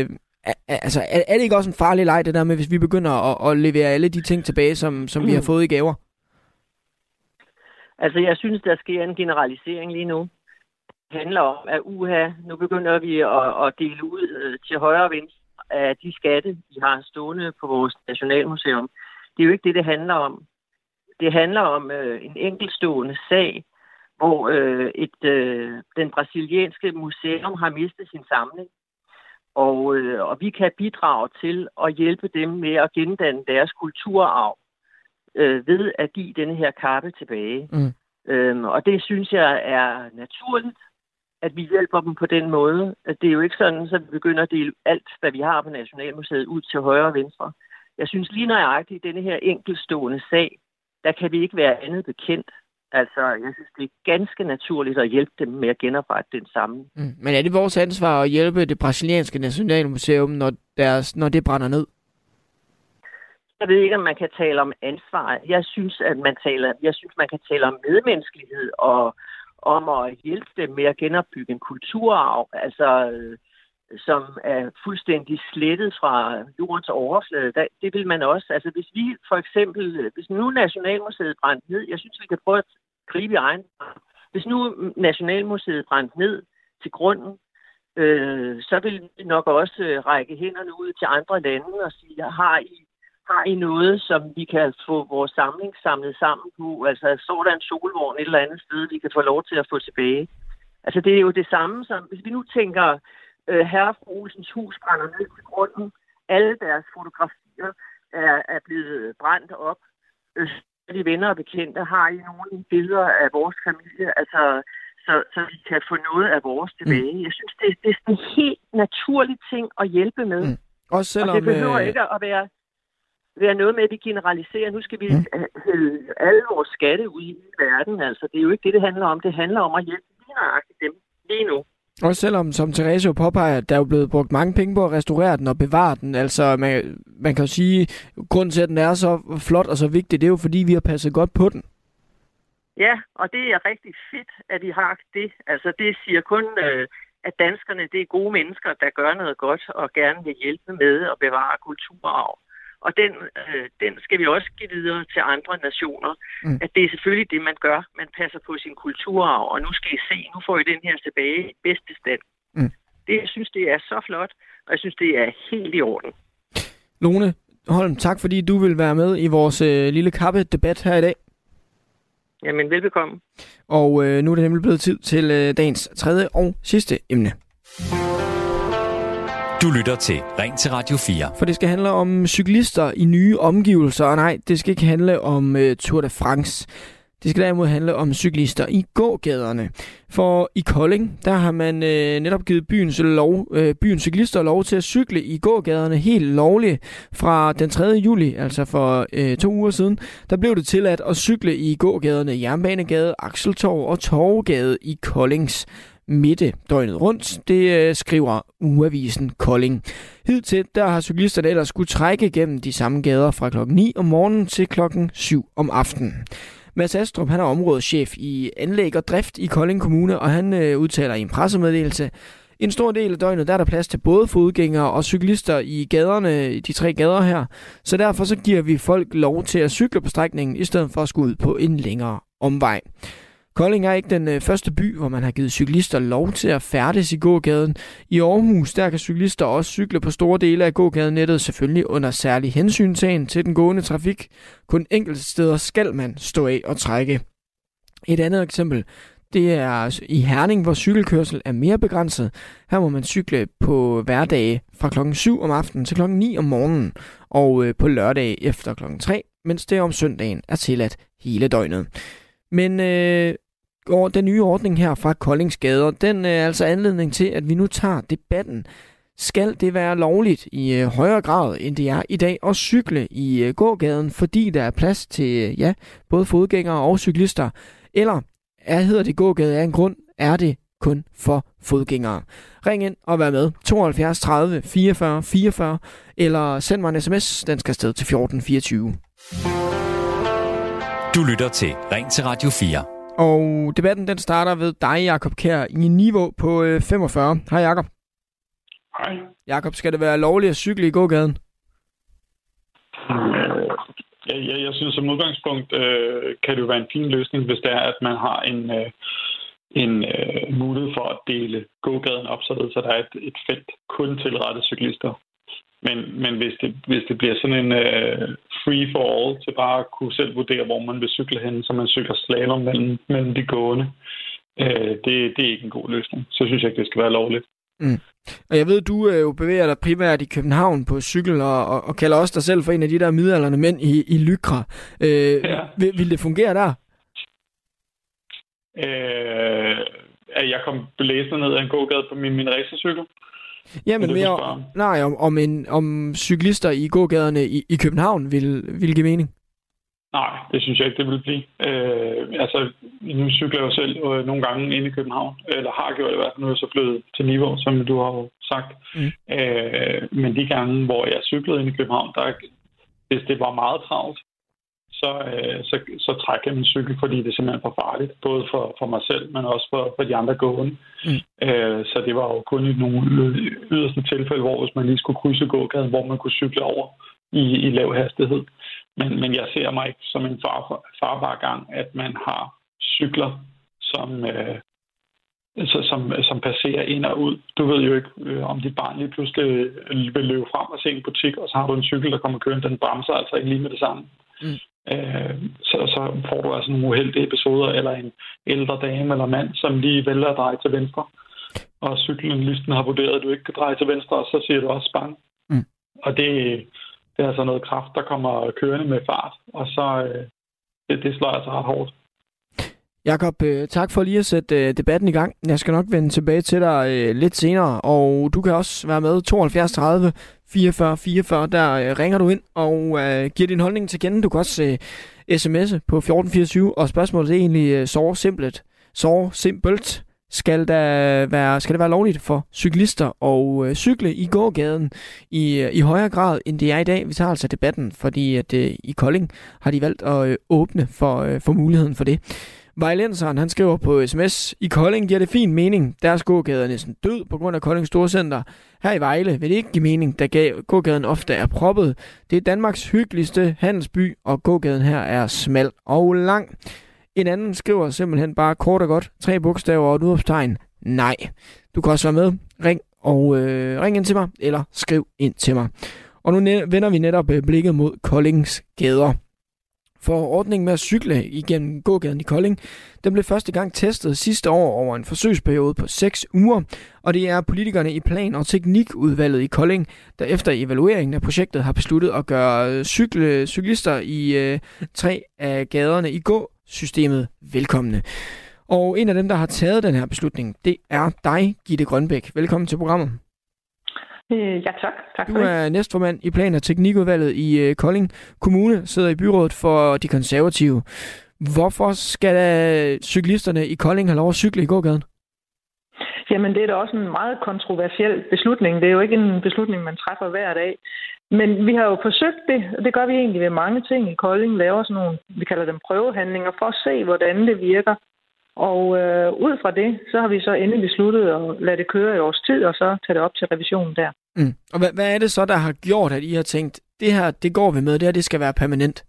er det ikke også en farlig leg, det der med, hvis vi begynder at levere alle de ting tilbage, som vi har fået i gaver? Altså, jeg synes, der sker en generalisering lige nu. Det handler om, at nu begynder vi at dele ud til højre og venstre af de skatte, vi har stående på vores Nationalmuseum. Det er jo ikke det handler om. Det handler om en enkeltstående sag, hvor den brasilianske museum har mistet sin samling. Og vi kan bidrage til at hjælpe dem med at gendanne deres kulturarv ved at give denne her kappe tilbage. Og det synes jeg er naturligt, at vi hjælper dem på den måde. Det er jo ikke sådan, at vi begynder at dele alt, hvad vi har på Nationalmuseet, ud til højre og venstre. Jeg synes lige nøjagtigt, i denne her enkeltstående sag, der kan vi ikke være andet bekendt. Altså, jeg synes, det er ganske naturligt at hjælpe dem med at genoprette den samme. Men er det vores ansvar at hjælpe det brasilianske nationalmuseum, når det brænder ned? Jeg ved ikke, om man kan tale om ansvar. Jeg synes, man kan tale om medmenneskelighed og om at hjælpe dem med at genopbygge en kulturarv, altså som er fuldstændig slettet fra jordens overflade. Det vil man også. Altså hvis vi for eksempel, hvis nu Nationalmuseet brændte ned, jeg synes, vi kan prøve at gribe i egen. Hvis nu Nationalmuseet brændte ned til grunden, så vil vi nok også række hænderne ud til andre lande og sige, har I noget, som vi kan få vores samling samlet sammen på? Altså, så der en solvogn et eller andet sted, vi kan få lov til at få tilbage? Altså, det er jo det samme som, hvis vi nu tænker, Herre Fru Olsens hus brænder ned til grunden, alle deres fotografier er blevet brændt op, de venner og bekendte, har I nogle billeder af vores familie, altså, så vi kan få noget af vores tilbage. Jeg synes, det er sådan en helt naturlig ting at hjælpe med. Også selvom, og det behøver ikke at være noget med, at vi generaliserer. Nu skal vi hælde alle vores skatte ud i verden. Altså, det er jo ikke det handler om. Det handler om at hjælpe lige nøjagtigt dem lige nu. Også selvom, som Therese jo påpeger, der er jo blevet brugt mange penge på at restaurere den og bevare den. Altså, man kan jo sige, grunden til, at den er så flot og så vigtig, det er jo, fordi vi har passet godt på den. Ja, og det er rigtig fedt, at vi har det. Altså, det siger kun, at danskerne, det er gode mennesker, der gør noget godt og gerne vil hjælpe med at bevare kulturarv. Og den skal vi også give videre til andre nationer, at det er selvfølgelig det, man gør. Man passer på sin kulturarv, og nu skal I se, nu får I den her tilbage i bedste stand. Jeg synes, det er så flot, og jeg synes, det er helt i orden. Lone Holm, tak fordi du vil være med i vores lille kappedebat her i dag. Jamen, velbekomme. Og nu er det nemlig blevet tid til dagens tredje og sidste emne. Du lytter til Ring til Radio 4. For det skal handle om cyklister i nye omgivelser, og nej, det skal ikke handle om Tour de France. Det skal derimod handle om cyklister i gågaderne. For i Kolding, der har man netop givet byens cyklister lov til at cykle i gågaderne helt lovligt. Fra den 3. juli, altså for 2 uger siden, der blev det tilladt at cykle i gågaderne Jernbanegade, Akseltorv og Torvegade i Koldings midte døgnet rundt. Det skriver ugeavisen Kolding. Hidtil der har cyklisterne ellers skulle trække gennem de samme gader fra klokken 9 om morgenen til klokken 7 om aftenen. Mads Astrup, han er områdeschef i anlæg og drift i Kolding Kommune, og han udtaler i en pressemeddelelse, en stor del af døgnet der er der plads til både fodgængere og cyklister i gaderne, de 3 gader her, så derfor så giver vi folk lov til at cykle på strækningen, i stedet for at skulle ud på en længere omvej. Kolding er ikke den første by, hvor man har givet cyklister lov til at færdes i gågaden. I Aarhus, der kan cyklister også cykle på store dele af gågadenettet, selvfølgelig under særlig hensyntagen til den gående trafik. Kun enkelte steder skal man stå af og trække. Et andet eksempel, det er i Herning, hvor cykelkørsel er mere begrænset. Her må man cykle på hverdage fra klokken 7 om aftenen til klokken 9 om morgenen, og på lørdage efter klokken 3, mens det om søndagen er tilladt hele døgnet. Men den nye ordning her fra Koldings gader, den er altså anledning til, at vi nu tager debatten. Skal det være lovligt i højere grad, end det er i dag, at cykle i gågaden, fordi der er plads til både fodgængere og cyklister? Eller hedder det gågade af en grund? Er det kun for fodgængere? Ring ind og vær med. 72 30 44 44, eller send mig en sms. Den skal afsted til 1424. Du lytter til Ring til Radio 4. Og debatten den starter ved dig, Jakob Kjær, i niveau på 45. Hej Jakob. Hej. Jakob, skal det være lovligt at cykle i gågaden? Jeg synes som udgangspunkt kan det jo være en fin løsning, hvis det er, at man har en mulighed for at dele gågaden op, så der er et felt kun tilrettet cyklister. Men hvis det bliver sådan en free for all til bare at kunne selv vurdere, hvor man vil cykle hen, så man cykler slalom mellem de gående, det er ikke en god løsning. Så synes jeg ikke, det skal være lovligt. Og jeg ved, du jo bevæger dig primært i København på cykel, og kalder også dig selv for en af de der midaldrende mænd i Lycra. Vil det fungere der? At jeg kom blæsende ned ad en gågade på min racercykel. Jamen mere om cyklister i gågaderne i København vil give mening? Nej, det synes jeg ikke, det vil blive. Nu cykler jeg jo selv nogle gange inde i København, eller har gjort det i hvert fald, nu er jeg så flyttet til Nivå, som du har jo sagt. Men de gange, hvor jeg cyklede inde i København, hvis det var meget travlt, så trækker jeg min cykel, fordi det er simpelthen for farligt, både for mig selv, men også for de andre gående. Så det var jo kun i nogle yderste tilfælde, hvor hvis man lige skulle krydse gågaden, hvor man kunne cykle over i lav hastighed. Men jeg ser mig ikke som en farbar gang, at man har cykler, som passerer ind og ud. Du ved jo ikke, om dit barn lige pludselig vil løbe frem og se en butik, og så har du en cykel, der kommer kørende. Den bremser altså ikke lige med det samme. Så får du altså nogle uheldige episoder, eller en ældre dame eller mand, som lige vælger at dreje til venstre. Og cyklisten har vurderet, at du ikke kan dreje til venstre, og så siger du også spang. Og det er altså noget kraft, der kommer kørende med fart, og så det slår altså ret hårdt. Jakob, tak for lige at sætte debatten i gang. Jeg skal nok vende tilbage til dig lidt senere, og du kan også være med 72 30 44 44. Der ringer du ind og giver din holdning til kende. Du kan også sms'e på 1424, og spørgsmålet er egentlig så simpelt. Skal det være lovligt for cyklister at cykle i gågaden i højere grad, end det er i dag? Vi tager altså debatten, fordi at i Kolding har de valgt at åbne for muligheden for det. Vejlenseren, han skriver på sms: I Kolding giver det fin mening. Deres gågade er næsten død på grund af Kolding Storcenter. Her i Vejle vil det ikke give mening, da gågaden ofte er proppet. Det er Danmarks hyggeligste handelsby, og gågaden her er smal og lang. En anden skriver simpelthen bare kort og godt 3 bogstaver og et udråbstegn: nej. Du kan også være med. Ring ind til mig, eller skriv ind til mig. Og nu vender vi netop blikket mod Koldings gader. For ordningen med at cykle igennem gågaden i Kolding, den blev første gang testet sidste år over en forsøgsperiode på 6 uger, og det er politikerne i Plan- og Teknikudvalget i Kolding, der efter evalueringen af projektet har besluttet at gøre cyklister i 3 af gaderne i gåsystemet velkomne. Og en af dem, der har taget den her beslutning, det er dig, Gitte Grønbæk. Velkommen til programmet. Ja, tak. Tak for det. Du er næstformand i Plan- og Teknikudvalget i Kolding Kommune, sidder i byrådet for de konservative. Hvorfor skal cyklisterne i Kolding have lov at cykle i gågaden? Jamen, det er da også en meget kontroversiel beslutning. Det er jo ikke en beslutning, man træffer hver dag. Men vi har jo forsøgt det, og det gør vi egentlig ved mange ting i Kolding. Laver sådan nogle, vi kalder dem prøvehandlinger, for at se, hvordan det virker. Og ud fra det, så har vi så endelig besluttet at lade det køre i års tid, og så tage det op til revisionen der. Og hvad er det så, der har gjort, at I har tænkt, det her, det går vi med, det skal være permanent?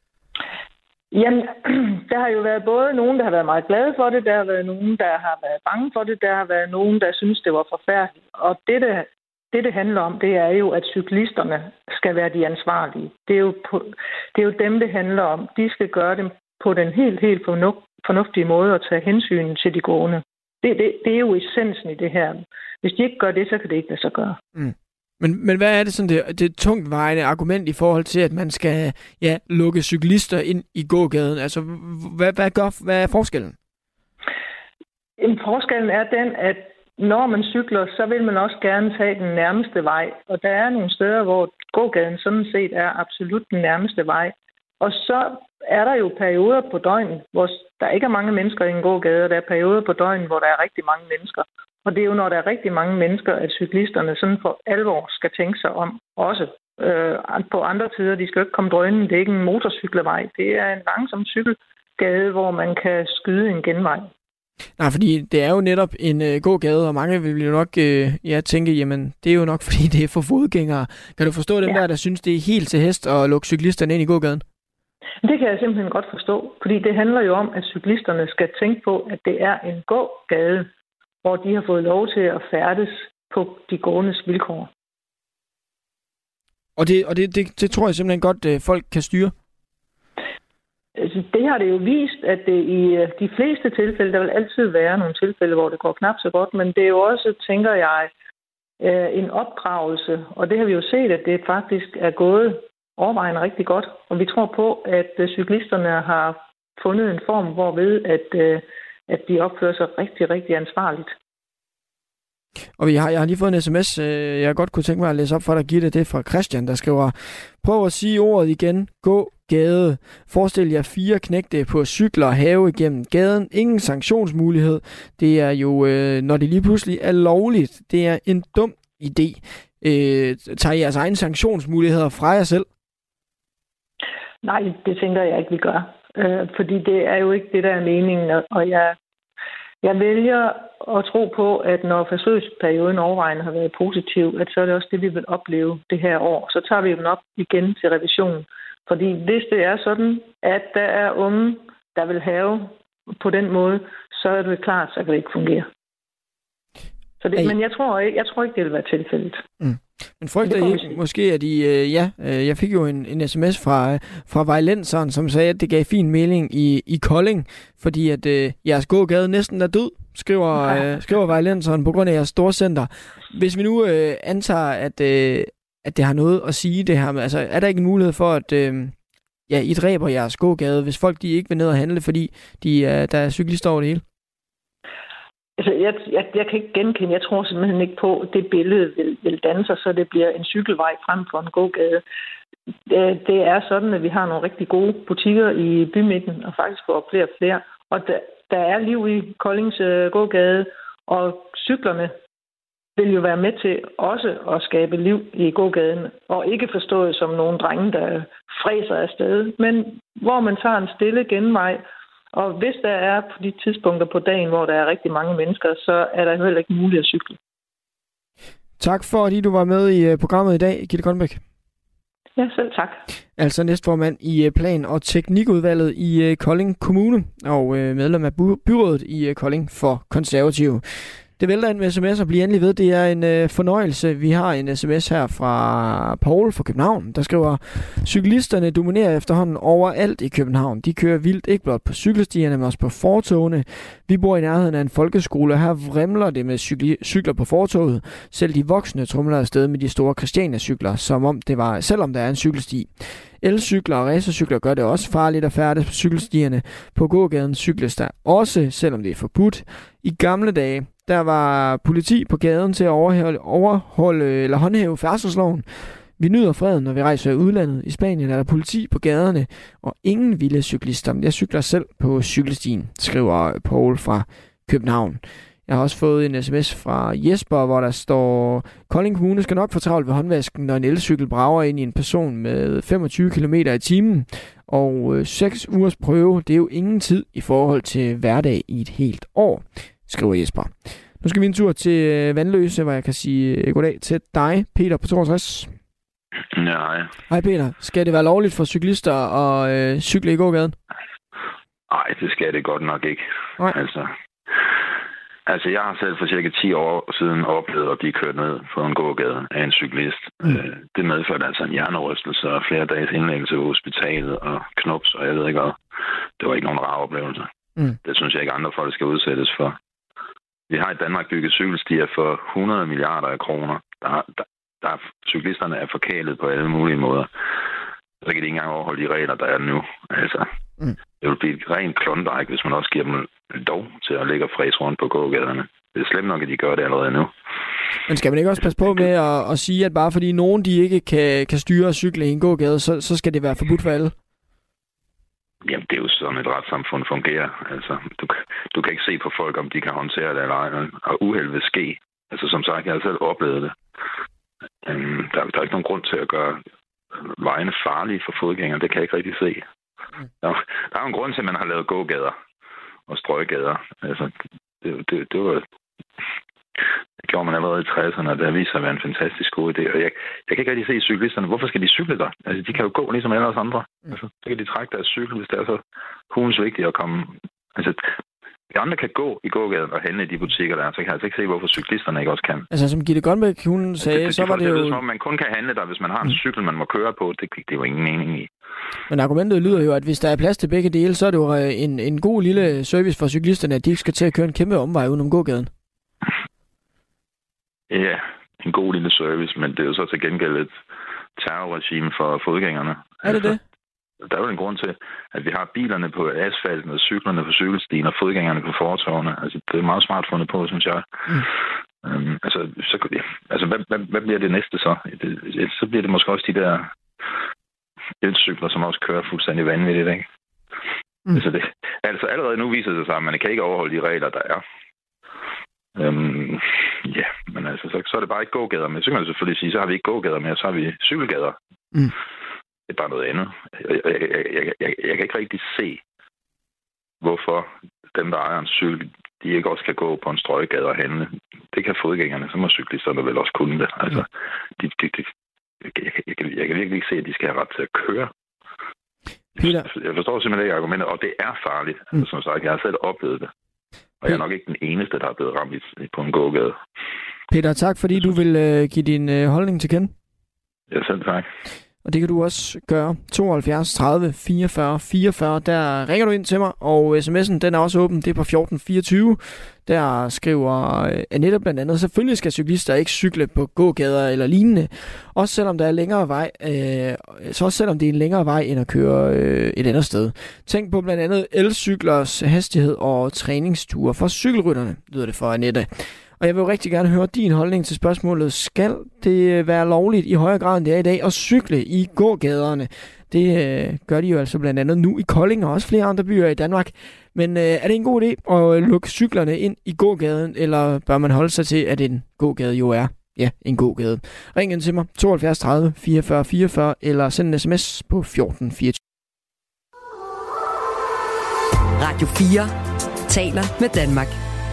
Jamen, der har jo været både nogen, der har været meget glade for det, der har været nogen, der har været bange for det, der har været nogen, der synes, det var forfærdeligt. Og det handler om, det er jo, at cyklisterne skal være de ansvarlige. Det er jo dem, det handler om. De skal gøre dem på den helt fornuftige måde at tage hensyn til de gående. Det er jo essensen i det her. Hvis de ikke gør det, så kan det ikke lade sig gøre. Men hvad er det sådan det tungtvejende argument i forhold til, at man skal lukke cyklister ind i gågaden? Altså, hvad er forskellen? Forskellen er den, at når man cykler, så vil man også gerne tage den nærmeste vej. Og der er nogle steder, hvor gågaden sådan set er absolut den nærmeste vej. Og så er der jo perioder på døgnet, hvor der ikke er mange mennesker i en gågade, og der er perioder på døgnet, hvor der er rigtig mange mennesker. Og det er jo, når der er rigtig mange mennesker, at cyklisterne sådan for alvor skal tænke sig om. Også på andre tider, de skal jo ikke komme drønende. Det er ikke en motorcykelvej. Det er en langsom cykelgade, hvor man kan skyde en genvej. Nej, fordi det er jo netop en gågade, og mange vil jo nok tænke, jamen det er jo nok, fordi det er for fodgængere. Kan du forstå dem der synes, det er helt til hest at lukke cyklisterne ind i gågaden? Det kan jeg simpelthen godt forstå, fordi det handler jo om, at cyklisterne skal tænke på, at det er en gågade, hvor de har fået lov til at færdes på de gåendes vilkår. Og det tror jeg simpelthen godt, folk kan styre? Altså, det har det jo vist, at det i de fleste tilfælde, der vil altid være nogle tilfælde, hvor det går knap så godt, men det er jo også, tænker jeg, en opdragelse, og det har vi jo set, at det faktisk er gået overvejende rigtig godt, og vi tror på, at cyklisterne har fundet en form, hvorved at de opfører sig rigtig, rigtig ansvarligt. Og jeg har lige fået en sms, jeg godt kunne tænke mig at læse op for dig, Gitte. Det er fra Christian, der skriver: prøv at sige ordet igen. Gå gade. Forestil jer 4 knægte på cykler have igennem gaden. Ingen sanktionsmulighed. Det er jo, når det lige pludselig er lovligt. Det er en dum idé. Tager I jeres egne sanktionsmuligheder fra jer selv? Nej, det tænker jeg ikke, vi gør. Fordi det er jo ikke det, der er meningen. Og jeg vælger at tro på, at når forsøgsperioden overvejende har været positiv, at så er det også det, vi vil opleve det her år. Så tager vi dem op igen til revision. Fordi hvis det er sådan, at der er unge, der vil have på den måde, så er det klart, så kan det ikke fungere. Så det, men jeg tror ikke, det vil være tilfældet. Mm. Men frygter I ikke måske, at jeg fik jo en sms fra vejlenseren, som sagde, at det gav fin mening i Kolding, fordi at jeres gågade næsten er død, skriver vejlenseren, på grund af jeres storcenter. Hvis vi nu antager, at det har noget at sige det her, altså er der ikke en mulighed for, at I dræber jeres gågade, hvis folk de ikke vil ned og handle, fordi der er cyklister over det hele? Altså, jeg kan ikke genkende. Jeg tror simpelthen ikke på, at det billede vil danne sig, så det bliver en cykelvej frem for en gågade. Det er sådan, at vi har nogle rigtig gode butikker i bymidten, og faktisk får flere og flere. Og der er liv i Koldings gågade, og cyklerne vil jo være med til også at skabe liv i gågaden, og ikke forstået som nogle drenge, der fræser afsted, men hvor man tager en stille genvej. Og hvis der er på de tidspunkter på dagen, hvor der er rigtig mange mennesker, så er der jo heller ikke muligt at cykle. Tak fordi du var med i programmet i dag, Gitte Grønbæk. Ja, selv tak. Altså næstformand i Plan- og Teknikudvalget i Kolding Kommune, og medlem af byrådet i Kolding for Konservative. Det vælter ind med sms'er, bliv endelig ved. Det er en fornøjelse. Vi har en sms her fra Paul fra København, der skriver: cyklisterne dominerer efterhånden overalt i København. De kører vildt, ikke blot på cykelstierne, men også på fortogene. Vi bor i nærheden af en folkeskole, og her vrimler det med cykler på fortoget. Selv de voksne trumler afsted med de store Christiania-cykler, selvom der er en cykelsti. Elcykler og racercykler gør det også farligt at færdes på cykelstierne. På gågaden cykles der også, selvom det er forbudt. I gamle dage, der var politi på gaden til at håndhæve færdselsloven. Vi nyder freden, når vi rejser i udlandet. I Spanien er der politi på gaderne, og ingen vilde cyklister. Jeg cykler selv på cykelstien, skriver Paul fra København. Jeg har også fået en sms fra Jesper, hvor der står: Kolding Kommune skal nok få travlt ved håndvasken, når en elcykel brager ind i en person med 25 km i timen. Og 6 ugers prøve, det er jo ingen tid i forhold til hverdag i et helt år, skriver Jesper. Nu skal vi en tur til Vandløse, hvor jeg kan sige goddag til dig, Peter på 62. Ja, hej. Hej Peter. Skal det være lovligt for cyklister at cykle i gågaden? Nej, det skal det godt nok ikke. Nej. Altså, jeg har selv for cirka 10 år siden oplevet at blive kørt ned på en gågade af en cyklist. Det medførte altså en hjernerystelse og flere dages indlæggelse på hospitalet og knups, og jeg ved ikke hvad. Det var ikke nogen rar oplevelse. Det synes jeg ikke andre folk skal udsættes for. Vi har i Danmark bygget cykelstier for 100 milliarder af kroner. Cyklisterne er forkælet på alle mulige måder. Så kan de ikke engang overholde de regler, der er nu. Altså, det vil blive et rent klondike, hvis man også giver dem lov til at ligge og fræse rundt på gågaderne. Det er slemt nok, at de gør det allerede nu. Men skal man ikke også passe på med at sige, at bare fordi nogen de ikke kan styre og cykle i en gågade, så skal det være forbudt for alle? Jamen, det er jo sådan et retssamfund fungerer. Altså, du kan ikke se på folk, om de kan håndtere det eller ej, og uheld vil ske. Altså, som sagt, jeg har selv oplevet det. Der er ikke nogen grund til at gøre vejene farlige for fodgængere. Det kan jeg ikke rigtig se. Der er jo en grund til, at man har lavet gågader og strøgader. Altså, det gjorde man allerede i 60'erne, og det har vist sig at være en fantastisk god idé. Og jeg kan ikke rigtig se cyklisterne. Hvorfor skal de cykle der? Altså, de kan jo gå ligesom alle os andre. Altså, så kan de trække deres cykel, hvis det er så hulens vigtigt at komme. Altså, de andre kan gå i gågaden og handle i de butikker, der er, så kan jeg altså ikke se, hvorfor cyklisterne ikke også kan. Altså, som Gitte Grønbæk, hun sagde, så var det jo... Det er som om, man kun kan handle der, hvis man har en cykel, man må køre på. Det er jo ingen mening i. Men argumentet lyder jo, at hvis der er plads til begge dele, så er det jo en god lille service for cyklisterne, at de ikke skal til at køre en kæmpe omvej udenom gågaden. Ja, en god lille service, men det er jo så til gengæld et terrorregime for fodgængerne. Er det det? Der er jo en grund til, at vi har bilerne på asfalten og cyklerne på cykelstien og fodgængerne på fortovene. Altså, det er meget smart fundet på, synes jeg. Hvad bliver det næste så? Så bliver det måske også de der elcykler, som også kører fuldstændig vanvittigt, ikke? Allerede nu viser det sig, at man kan ikke overholde de regler, der er. Men så er det bare ikke gågader med. Så kan man selvfølgelig sige, så har vi ikke gågader mere, så har vi cykelgader. Det er bare noget andet. Jeg kan ikke rigtig se, hvorfor dem, der ejer en cykel, de ikke også kan gå på en strøggade og handle. Det kan fodgængerne, så må cyklisterne vel også kunne det. Altså, jeg kan virkelig ikke se, at de skal have ret til at køre. Peter. Jeg forstår simpelthen ikke argumentet, og det er farligt. Som sagt, jeg har selv oplevet det. Og jeg er nok ikke den eneste, der er blevet ramt på en gågade. Peter, tak fordi du vil give din holdning til kende. Ja, selv tak. Og det kan du også gøre. 72 30 44 44. Der ringer du ind til mig, og sms'en den er også åben. Det er på 1424. Der skriver Annette blandt andet, selvfølgelig skal cyklister ikke cykle på gågader eller lignende. Også selvom der er længere vej, så også selvom det er en længere vej end at køre et andet sted. Tænk på blandt andet elcyklers hastighed og træningsture for cykelrytterne, lyder det for Annette. Og jeg vil jo rigtig gerne høre din holdning til spørgsmålet. Skal det være lovligt i højere grad end det er i dag at cykle i gågaderne? Det gør de jo altså blandt andet nu i Kolding og også flere andre byer i Danmark. Men er det en god idé at lukke cyklerne ind i gågaden, eller bør man holde sig til, at en gågade jo er en gågade? Ring ind til mig 72 30 44 44 eller send en sms på 1424. Radio 4 taler med Danmark.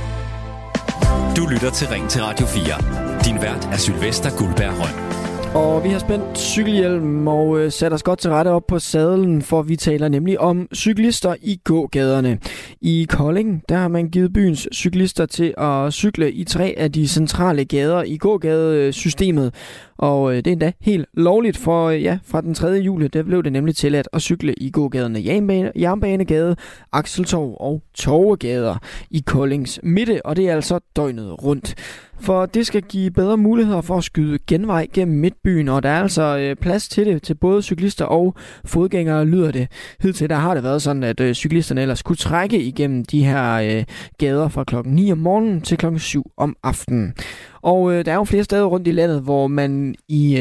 Du lytter til Ring til Radio 4. Din vært er Sylvester Guldberg Røn. Og vi har spændt cykelhjelm og sat os godt til rette op på sadlen, for vi taler nemlig om cyklister i gågaderne. I Kolding, der har man givet byens cyklister til at cykle i 3 af de centrale gader i gågadesystemet. Og det er endda helt lovligt, for fra den 3. juli, der blev det nemlig tilladt at cykle i gågaderne Jernbanegade, Akseltorv og Torvegader i Koldings midte, og det er altså døgnet rundt. For det skal give bedre muligheder for at skyde genvej gennem midtbyen, og der er altså plads til det til både cyklister og fodgængere, lyder det. Hidtil der har det været sådan, at cyklisterne ellers kunne trække igennem de her gader fra klokken 9 om morgenen til klokken 7 om aftenen. Og der er jo flere steder rundt i landet, hvor man i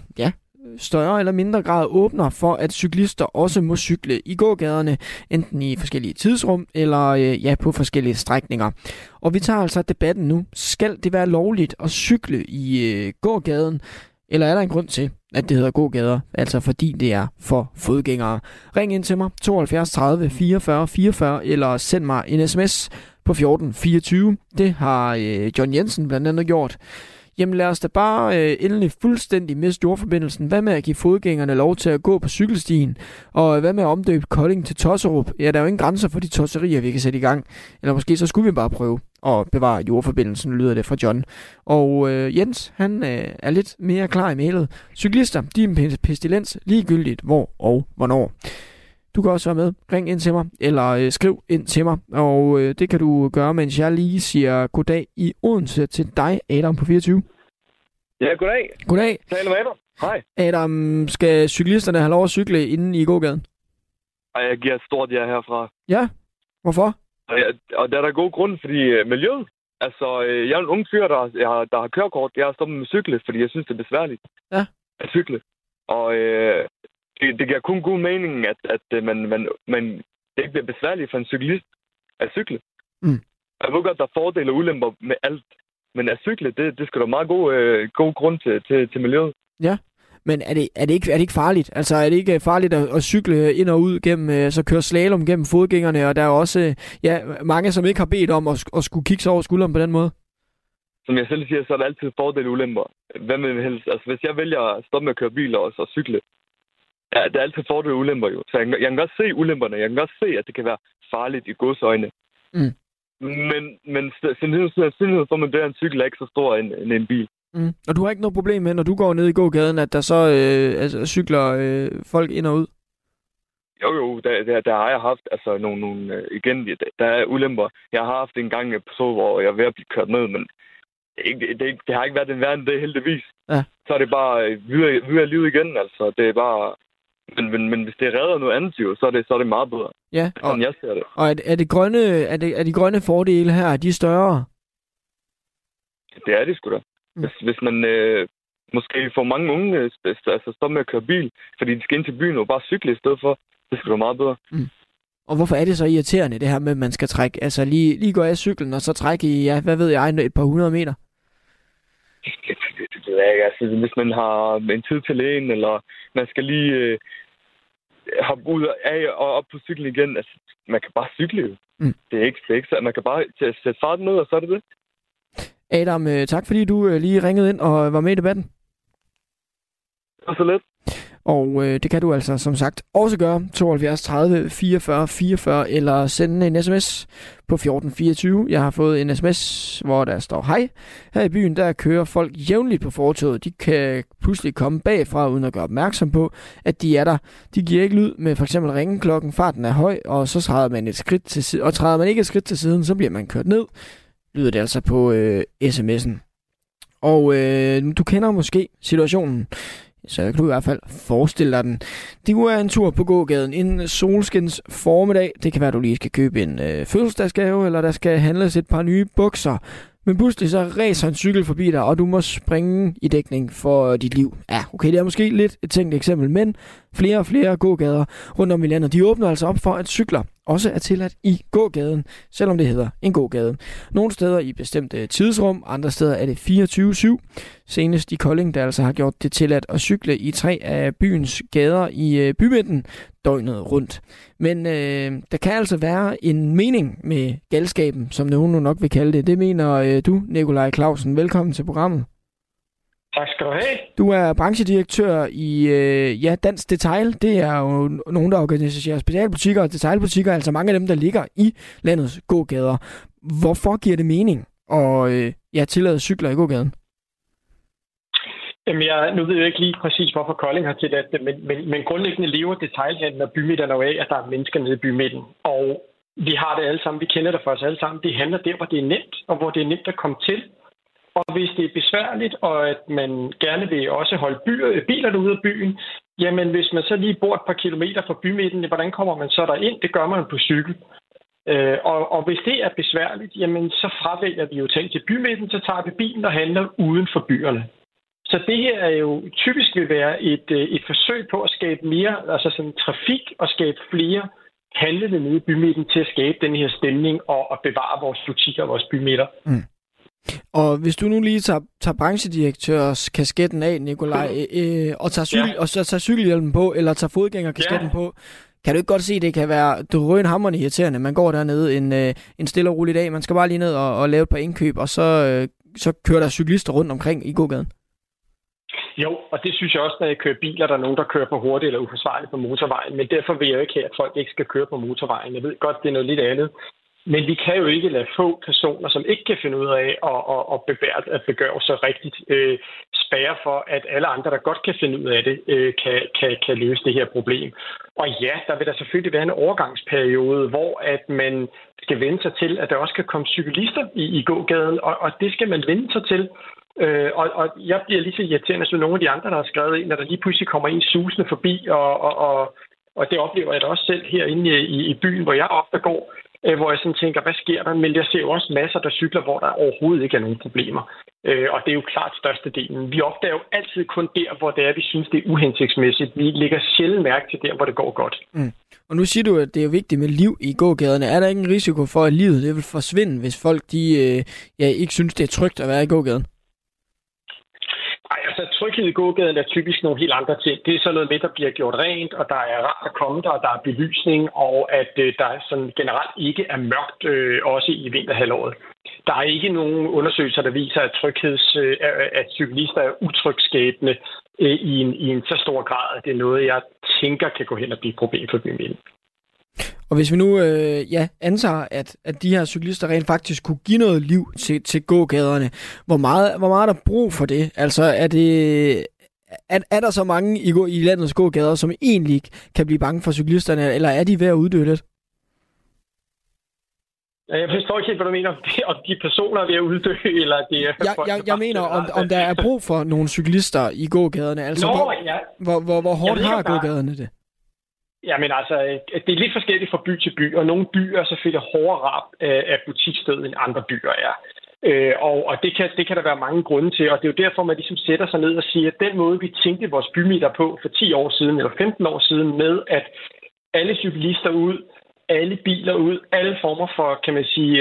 større eller mindre grad åbner for, at cyklister også må cykle i gågaderne, enten i forskellige tidsrum eller på forskellige strækninger. Og vi tager altså debatten nu. Skal det være lovligt at cykle i gågaden, eller er der en grund til, at det hedder gågader, altså fordi det er for fodgængere? Ring ind til mig 72 30 44 44 eller send mig en sms på 1424. Det har John Jensen blandt andet gjort. Jamen lad os da bare endelig fuldstændig miste jordforbindelsen. Hvad med at give fodgængerne lov til at gå på cykelstien? Og hvad med at omdøbe Kolding til Tosserup? Ja, der er jo ingen grænser for de tosserier, vi kan sætte i gang. Eller måske så skulle vi bare prøve at bevare jordforbindelsen, lyder det fra John. Og Jens, han er lidt mere klar i mailet. Cyklister, de er en pestilens, ligegyldigt hvor og hvornår. Du kan også være med. Ring ind til mig, eller skriv ind til mig. Og det kan du gøre, mens jeg lige siger goddag i Odense til dig, Adam på 24. Ja, goddag. Goddag. Taler med Adam. Hej. Adam, skal cyklisterne have lov at cykle inde i gågaden? Ej, jeg giver et stort ja herfra. Ja? Hvorfor? Og der er der god grund, fordi miljøet. Altså, jeg er en ung fyr, der har kørekort. Jeg har stoppet med cykle, fordi jeg synes, det er besværligt at cykle. Og det giver kun god mening, at man det ikke bliver besværligt for en cyklist at cykle. Jeg ved godt, der er fordele og ulemper med alt. Men at cykle, det skal da meget god grund til miljøet. Ja, men er det ikke farligt? Altså er det ikke farligt at cykle ind og ud gennem, så køre slalom gennem fodgængerne, og der er også mange, som ikke har bedt om at skulle kigge sig over skulderen på den måde? Som jeg selv siger, så er der altid fordele og ulemper. Hvad vil helst? Altså hvis jeg vælger at stoppe med at køre bil og cykle, ja, der er altid fordele og ulemper jo. Så jeg kan godt se ulemperne. Jeg kan godt se, at det kan være farligt i godsøjne. Men sindhed for, at en cykel er ikke så stor end en bil. Og du har ikke noget problem med, når du går ned i gågaden, at der så cykler folk ind og ud? Jo, der har jeg haft nogle igen, der er ulemper. Jeg har haft en gang en episode, hvor jeg er ved at blive kørt ned, men det har ikke været en verden, det er heldigvis. Ja. Så er det bare videre livet igen, altså. Det er bare... Men hvis det redder noget andet, så er det meget bedre. Ja, sådan jeg ser det. Og er de grønne fordele her, er de større? Det er det sgu da. Hvis man måske får mange unge stoppe med at køre bil, fordi de skal ind til byen og bare cykle i stedet for, det skal være meget bedre. Og hvorfor er det så irriterende, det her med, at man skal trække, altså lige gå af cyklen, og så trække i, ja, hvad ved jeg, et par 100 meter? Det ved jeg ikke. Altså, hvis man har en tid til lægen, eller man skal lige hoppe ud af og op på cyklen igen, altså, man kan bare cykle jo. Det er ikke så. Man kan bare sætte farten ned, og så er det det. Adam, tak fordi du lige ringede ind og var med i debatten. Det var så let. Og det kan du altså, som sagt, også gøre 72 30 44 44, eller sende en sms på 1424. Jeg har fået en sms, hvor der står: hej, her i byen, der kører folk jævnligt på fortovet. De kan pludselig komme bagfra, uden at gøre opmærksom på, at de er der. De giver ikke lyd med for eksempel ringeklokken, farten er høj, og så træder man et skridt til siden, og træder man ikke et skridt til siden, så bliver man kørt ned. Lyder det altså på sms'en. Og du kender måske situationen, så kan du i hvert fald forestille dig den. Det er en tur på gågaden en solskins formiddag. Det kan være, at du lige skal købe en fødselsdagsgave, eller der skal handles et par nye bukser. Men pludselig så ræser en cykel forbi dig, og du må springe i dækning for dit liv. Ja, okay, det er måske lidt et tænkt eksempel, men flere og flere gågader rundt om i landet, de åbner altså op for, at cykler også er tilladt i gågaden, selvom det hedder en gågade. Nogle steder i bestemte tidsrum, andre steder er det 24/7. Senest i Kolding, der altså har gjort det tilladt at cykle i 3 af byens gader i bymidten døgnet rundt. Men der kan altså være en mening med galskaben, som nogen nok vil kalde det. Det mener du, Nikolaj Clausen. Velkommen til programmet. Tak skal du have. Du er branchedirektør i Dansk Detail. Det er jo nogen, der organiserer specialbutikker og detailbutikker, altså mange af dem, der ligger i landets gågader. Hvorfor giver det mening at tillade cykler i gågaden? Jamen, nu ved jeg ikke lige præcis, hvorfor Kolding har tilladt det, men grundlæggende lever detailhandlen og bymidterne af, at der er mennesker nede i bymidten. Og vi har det alle sammen, vi kender det for os alle sammen. Det handler der, hvor det er nemt, og hvor det er nemt at komme til. Og hvis det er besværligt, og at man gerne vil også holde bilerne ude af byen, jamen hvis man så lige bor et par kilometer fra bymidten, hvordan kommer man så derind? Det gør man på cykel. Og hvis det er besværligt, jamen så fravælger vi jo ting til bymidten, så tager vi bilen og handler uden for byerne. Så det her er jo typisk vil være et forsøg på at skabe mere, altså sådan trafik og skabe flere handlende nede i bymidten til at skabe den her stemning og bevare vores butikker og vores bymidter. Og hvis du nu lige tager branchedirektørs kasketten af, Nikolaj, og tager cykelhjelmen på, eller tager fodgængerkasketten på, kan du ikke godt se, at det kan være drønhamrende irriterende? Man går dernede en stille og rolig dag, man skal bare lige ned og lave et par indkøb, og så kører der cyklister rundt omkring i gågaden. Jo, og det synes jeg også, når jeg kører biler, der er nogen, der kører for hurtigt eller uforsvarligt på motorvejen. Men derfor vil jeg jo ikke have, at folk ikke skal køre på motorvejen. Jeg ved godt, det er noget lidt andet. Men vi kan jo ikke lade få personer, som ikke kan finde ud af at begøre sig rigtigt, spærre for, at alle andre, der godt kan finde ud af det, kan løse det her problem. Og ja, der vil der selvfølgelig være en overgangsperiode, hvor at man skal vende sig til, at der også kan komme cyklister i gågaden, og det skal man vende sig til. Og jeg bliver lige så irriterende som nogle af de andre, der har skrevet ind, når der lige pludselig kommer en susende forbi, og det oplever jeg da også selv herinde i byen, hvor jeg ofte går, hvor jeg sådan tænker, hvad sker der? Men jeg ser jo også masser, der cykler, hvor der overhovedet ikke er nogen problemer. Og det er jo klart størstedelen. Vi opdager jo altid kun der, hvor det er, vi synes, det er uhensigtsmæssigt. Vi lægger sjældent mærke til der, hvor det går godt. Og nu siger du, at det er vigtigt med liv i gågaderne. Er der ikke en risiko for, at livet det vil forsvinde, hvis folk ikke synes, det er trygt at være i gågaden? Nej, altså tryghed i gågaden er typisk nogle helt andre ting. Det er sådan noget med, der bliver gjort rent, og der er rart at komme der, og der er belysning, og at der sådan generelt ikke er mørkt, også i vinterhalvåret. Der er ikke nogen undersøgelser, der viser, at cyklister er utrygsskabende i en så stor grad, at det er noget, jeg tænker kan gå hen og blive et problem for bymidten. Og hvis vi nu antager, at de her cyklister rent faktisk kunne give noget liv til gågaderne, hvor meget er der brug for det? Altså er der så mange i landets gågader, som egentlig kan blive bange for cyklisterne, eller er de ved at uddø lidt? Jeg forstår ikke helt, hvad du mener. Om de personer er ved at uddø, eller det er... Jeg mener, om der er brug for nogle cyklister i gågaderne. Altså, hvor hårdt har gågaderne det? Jamen altså, det er lidt forskelligt fra by til by, og nogle byer er selvfølgelig hårdere ramt af butiksdød, end andre byer er. Og det kan der være mange grunde til, og det er jo derfor, man ligesom sætter sig ned og siger, at den måde, vi tænkte vores bymidter på for 10 år siden eller 15 år siden med, at alle cyklister ud, alle biler ud, alle former for, kan man sige,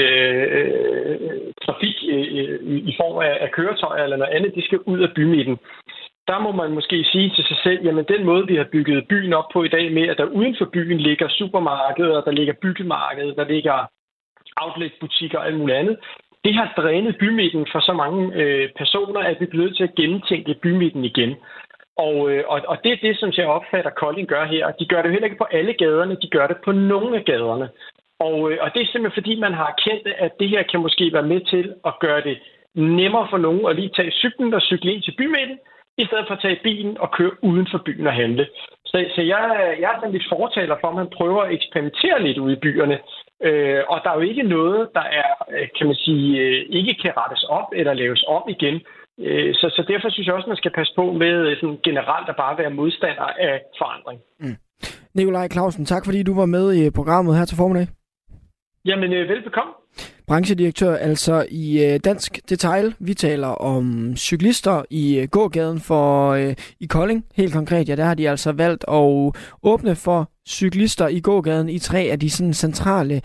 trafik i form af køretøjer eller noget andet, det skal ud af bymidten. Der må man måske sige til sig selv, jamen den måde, vi har bygget byen op på i dag med, at der uden for byen ligger supermarkeder, der ligger byggemarkeder, der ligger outletbutikker og alt muligt andet, det har drænet bymidten for så mange personer, at vi bliver nødt til at gennemtænke bymidten igen. Og det er det, som jeg opfatter, Kolding gør her. De gør det heller ikke på alle gaderne, de gør det på nogle af gaderne. Og det er simpelthen fordi, man har erkendt, at det her kan måske være med til at gøre det nemmere for nogen at lige tage cyklen og cykle ind til bymidten, i stedet for at tage bilen og køre uden for byen og handle. Så jeg er sådan lidt fortaler for, at man prøver at eksperimentere lidt ude i byerne. Og der er jo ikke noget, der er, kan man sige, ikke kan rettes op eller laves om igen. Så derfor synes jeg også, man skal passe på med sådan generelt at bare være modstander af forandring. Nikolaj Clausen, tak fordi du var med i programmet her til formiddag. Jamen, velbekomme. Branchedirektør altså i Dansk Detail. Vi taler om cyklister i gågaden i Kolding. Helt konkret, ja, der har de altså valgt at åbne for cyklister i gågaden i 3 af de sådan centrale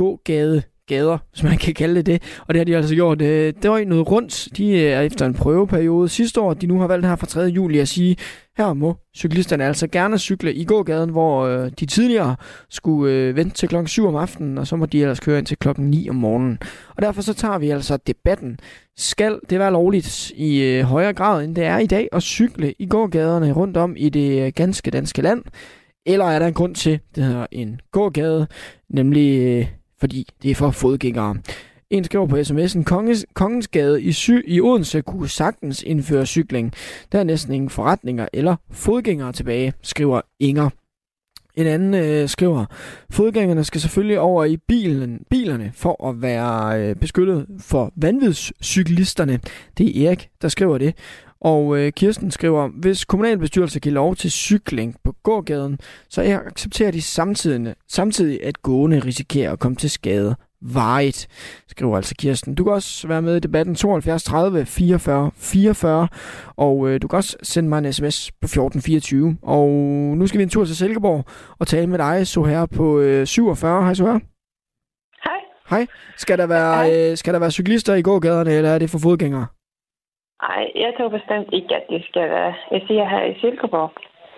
gader, hvis man kan kalde det. Og det har de altså gjort noget rundt. De er efter en prøveperiode sidste år. De nu har valgt her fra 3. juli at sige, her må cyklisterne altså gerne cykle i gågaden, hvor de tidligere skulle vente til klokken 7 om aftenen, og så må de ellers køre ind til klokken 9 om morgenen. Og derfor så tager vi altså debatten. Skal det være lovligt i højere grad, end det er i dag, at cykle i gågaderne rundt om i det ganske danske land? Eller er der en grund til, det hedder en gågade, nemlig fordi det er for fodgængere? En skriver på sms'en, Kongensgade i Odense kunne sagtens indføre cykling. Der er næsten ingen forretninger eller fodgængere tilbage, skriver Inger. En anden skriver, fodgængerne skal selvfølgelig over i bilerne for at være beskyttet for vanvidscyklisterne. Det er Erik, der skriver det. Og Kirsten skriver, hvis kommunalbestyrelsen giver lov til cykling på gågaden, så accepterer de samtidig at gående risikerer at komme til skade varigt, skriver altså Kirsten. Du kan også være med i debatten 72 30 44 44, og du kan også sende mig en sms på 1424. Og nu skal vi en tur til Silkeborg og tale med dig, Soher på 47. Hej Soher. Hej. Hej. Skal der være cyklister i gågaderne, eller er det for fodgængere? Nej, jeg tror bestemt ikke, at det skal være. Jeg siger her i Silkeborg.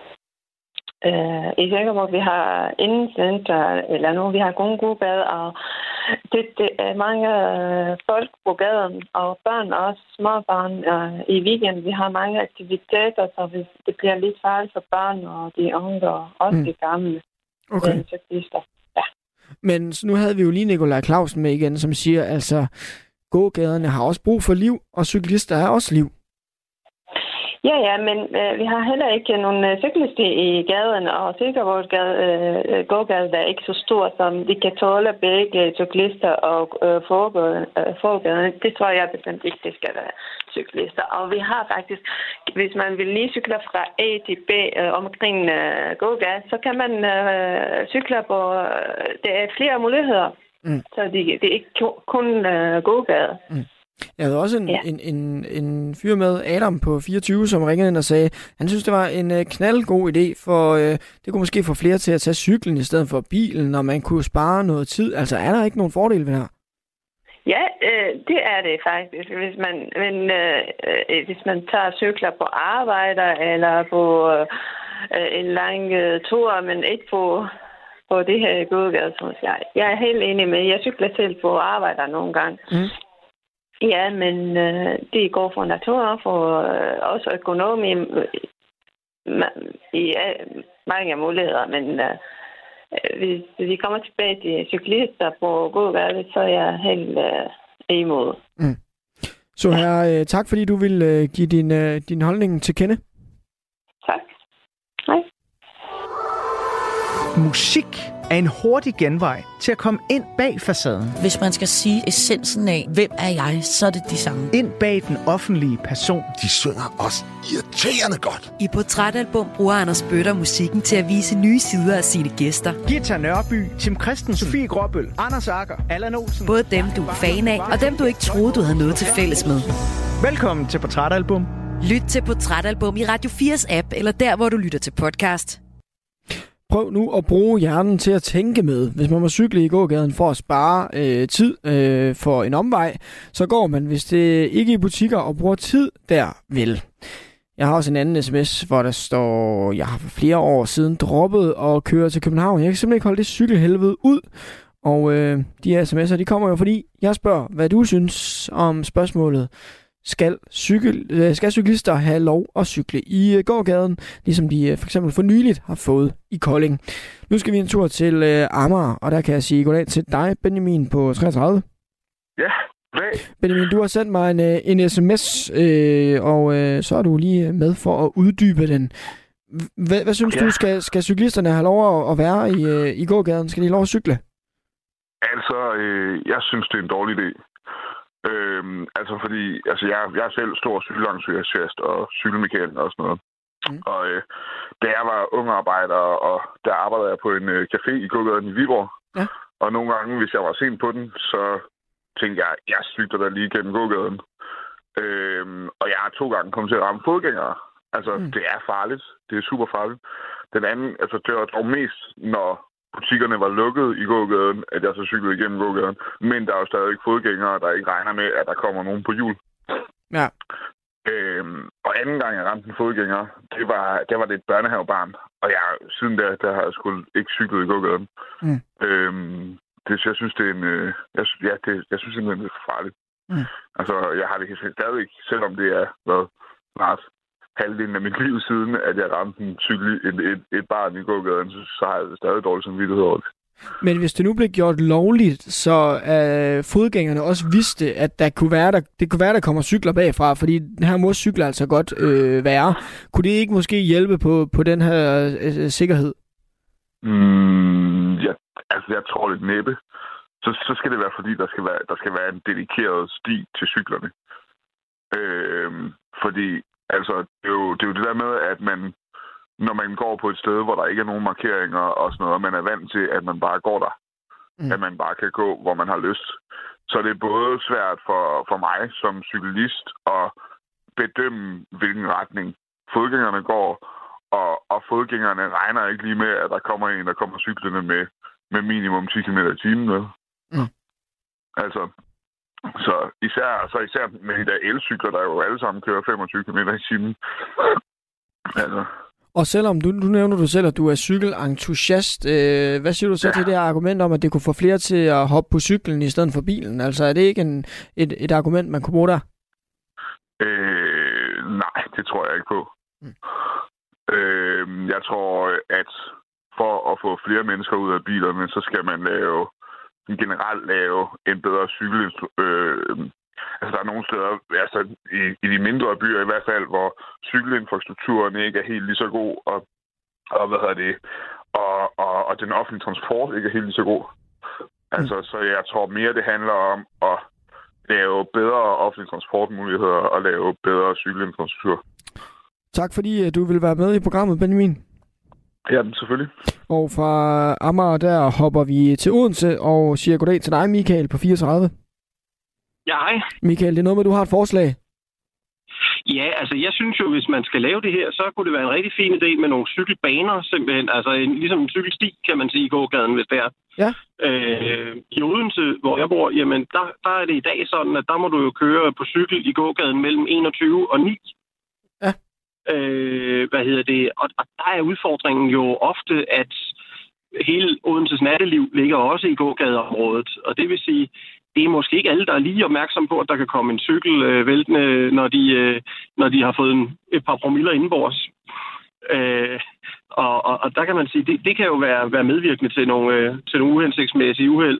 I Silkeborg, vi har indecenter, eller nu, vi har gode gader, og det er mange folk på gaden, og børn også, små børn i weekenden. Vi har mange aktiviteter, så det bliver lidt farligt for børn og de unge, og også de gamle. Okay. Ja. Men nu havde vi jo lige Nikolaj Clausen med igen, som siger, altså, gågaderne har også brug for liv, og cyklister er også liv. Ja, men vi har heller ikke nogen cyklister i gaden, og Silkeborgs gågade er ikke så stor, som de kan tåle begge cyklister og forgaden. Det tror jeg bestemt ikke, det skal være cyklister. Og vi har faktisk, hvis man vil lige cykle fra A til B omkring gågade, så kan man cykle på, det er flere muligheder. Så det er ikke kun gågade. Jeg havde også en fyr med, Adam på 24, som ringede ind og sagde, han synes, det var en knaldgod idé, for det kunne måske få flere til at tage cyklen i stedet for bilen, og man kunne spare noget tid. Altså, er der ikke nogen fordele ved det her? Ja, det er det faktisk. Hvis man tager cykler på arbejde, eller på en lang tur, men ikke på det her gågade, synes jeg. Jeg er helt enig med, jeg cykler selv på arbejde nogle gange. Ja, men det går for naturen, for også økonomi i mange muligheder. Men hvis vi kommer tilbage til cyklister på gågade, så er jeg helt imod. Så her, tak fordi du vil give din holdning til kende. Tak. Hej. Musik er en hurtig genvej til at komme ind bag facaden. Hvis man skal sige essensen af, hvem er jeg, så er det de samme. Ind bag den offentlige person. De synger også irriterende godt. I Portrætalbum bruger Anders Bøtter musikken til at vise nye sider af sine gæster. Gita Nørby, Tim Christensen, Sofie Gråbøl, Anders Akker, Allan Olsen. Både dem, du er fan af, og dem, du ikke troede, du havde noget til fælles med. Velkommen til Portrætalbum. Lyt til Portrætalbum i Radio 4's app, eller der, hvor du lytter til podcast. Prøv nu at bruge hjernen til at tænke med. Hvis man må cykle i gågaden for at spare tid for en omvej, så går man, hvis det ikke er i butikker, og bruger tid der vel. Jeg har også en anden sms, hvor der står, jeg har for flere år siden droppet at køre til København. Jeg kan simpelthen ikke holde det cykelhelvede ud. Og de her sms'er, de kommer jo, fordi jeg spørger, hvad du synes om spørgsmålet. Skal cyklister have lov at cykle i gågaden, ligesom de for eksempel for nyligt har fået i Kolding? Nu skal vi en tur til Amager, og der kan jeg sige goddag til dig, Benjamin, på 33. Ja, goddag. Benjamin, du har sendt mig en sms, og så er du lige med for at uddybe den. Hvad synes du, skal cyklisterne have lov at være i gågaden? Skal de have lov at cykle? Altså, jeg synes, det er en dårlig idé. Fordi jeg er selv stor cykelentusiast og cykelmekaniker og sådan noget. Og da jeg var ungearbejder, og der arbejdede jeg på en café i gågaden i Viborg. Ja. Og nogle gange, hvis jeg var sent på den, så tænkte jeg cykler der lige gennem gågaden. Og jeg har 2 gange kommet til at ramme fodgængere. Det er farligt. Det er super farligt. Den anden, det var dog mest, når butikkerne var lukket i gågaden, at jeg så cyklede igennem gågaden. Men der er jo stadig fodgængere, der ikke regner med, at der kommer nogen på hjul. Ja. Og anden gang, jeg ramte en fodgænger, det var det et børnehavebarn. Og siden der har jeg sgu ikke cyklet i gågaden. Jeg synes, det er jeg synes simpelthen, det er for farligt. Jeg har det stadig, selvom det er snart halvdelen af mit liv siden, at jeg ramte en cykel et barn i gågaden, så har jeg stadig dårligt samvittighed over det. Men hvis det nu blev gjort lovligt, så fodgængerne også vidste, at det kunne være, der kommer cykler bagfra, fordi den her må cykler altså godt være. Kunne det ikke måske hjælpe på den her sikkerhed? Jeg tror lidt næppe. Så skal det være, fordi der skal være en dedikeret sti til cyklerne. Fordi det er jo det der med, at når man går på et sted, hvor der ikke er nogen markeringer og sådan noget, og man er vant til, at man bare går der. At man bare kan gå, hvor man har lyst. Så det er både svært for mig som cyklist at bedømme, hvilken retning fodgængerne går, og fodgængerne regner ikke lige med, at der kommer en, der kommer cyklerne med minimum 10 km i timen. Så især med de der elcykler, der jo alle sammen kører 25 km i timen. Og selvom nu nævner du selv, at du er cykelentusiast, hvad siger du så til det her argument om, at det kunne få flere til at hoppe på cyklen i stedet for bilen? Altså er det ikke et argument, man kunne bruge der? Nej, det tror jeg ikke på. Jeg tror, at for at få flere mennesker ud af bilerne, så skal man generelt lave en bedre der er nogle steder, i de mindre byer i hvert fald, hvor cykelinfrastrukturen ikke er helt lige så god, og den offentlige transport ikke er helt lige så god. Så jeg tror mere, det handler om at lave bedre offentlige transportmuligheder og lave bedre cykelinfrastruktur. Tak fordi du vil være med i programmet, Benjamin. Ja, selvfølgelig. Og fra Amager der hopper vi til Odense og siger goddag til dig, Michael, på 34. Ja, hej. Michael, det er noget med, du har et forslag. Ja, jeg synes jo, hvis man skal lave det her, så kunne det være en rigtig fin idé med nogle cykelbaner, simpelthen. Ligesom en cykelsti, kan man sige, i gågaden, hvis det er. Ja. I Odense, hvor jeg bor, jamen, der er det i dag sådan, at der må du jo køre på cykel i gågaden mellem 21 og 9. Ja. Og der er udfordringen jo ofte, at hele Odenses natteliv ligger også i gågadeområdet. Og det vil sige, det er måske ikke alle, der er lige opmærksom på, at der kan komme en cykel væltende, når de har fået et par promiller indenbords. Og der kan man sige, det kan jo være medvirkende til nogle uhensigtsmæssige uheld.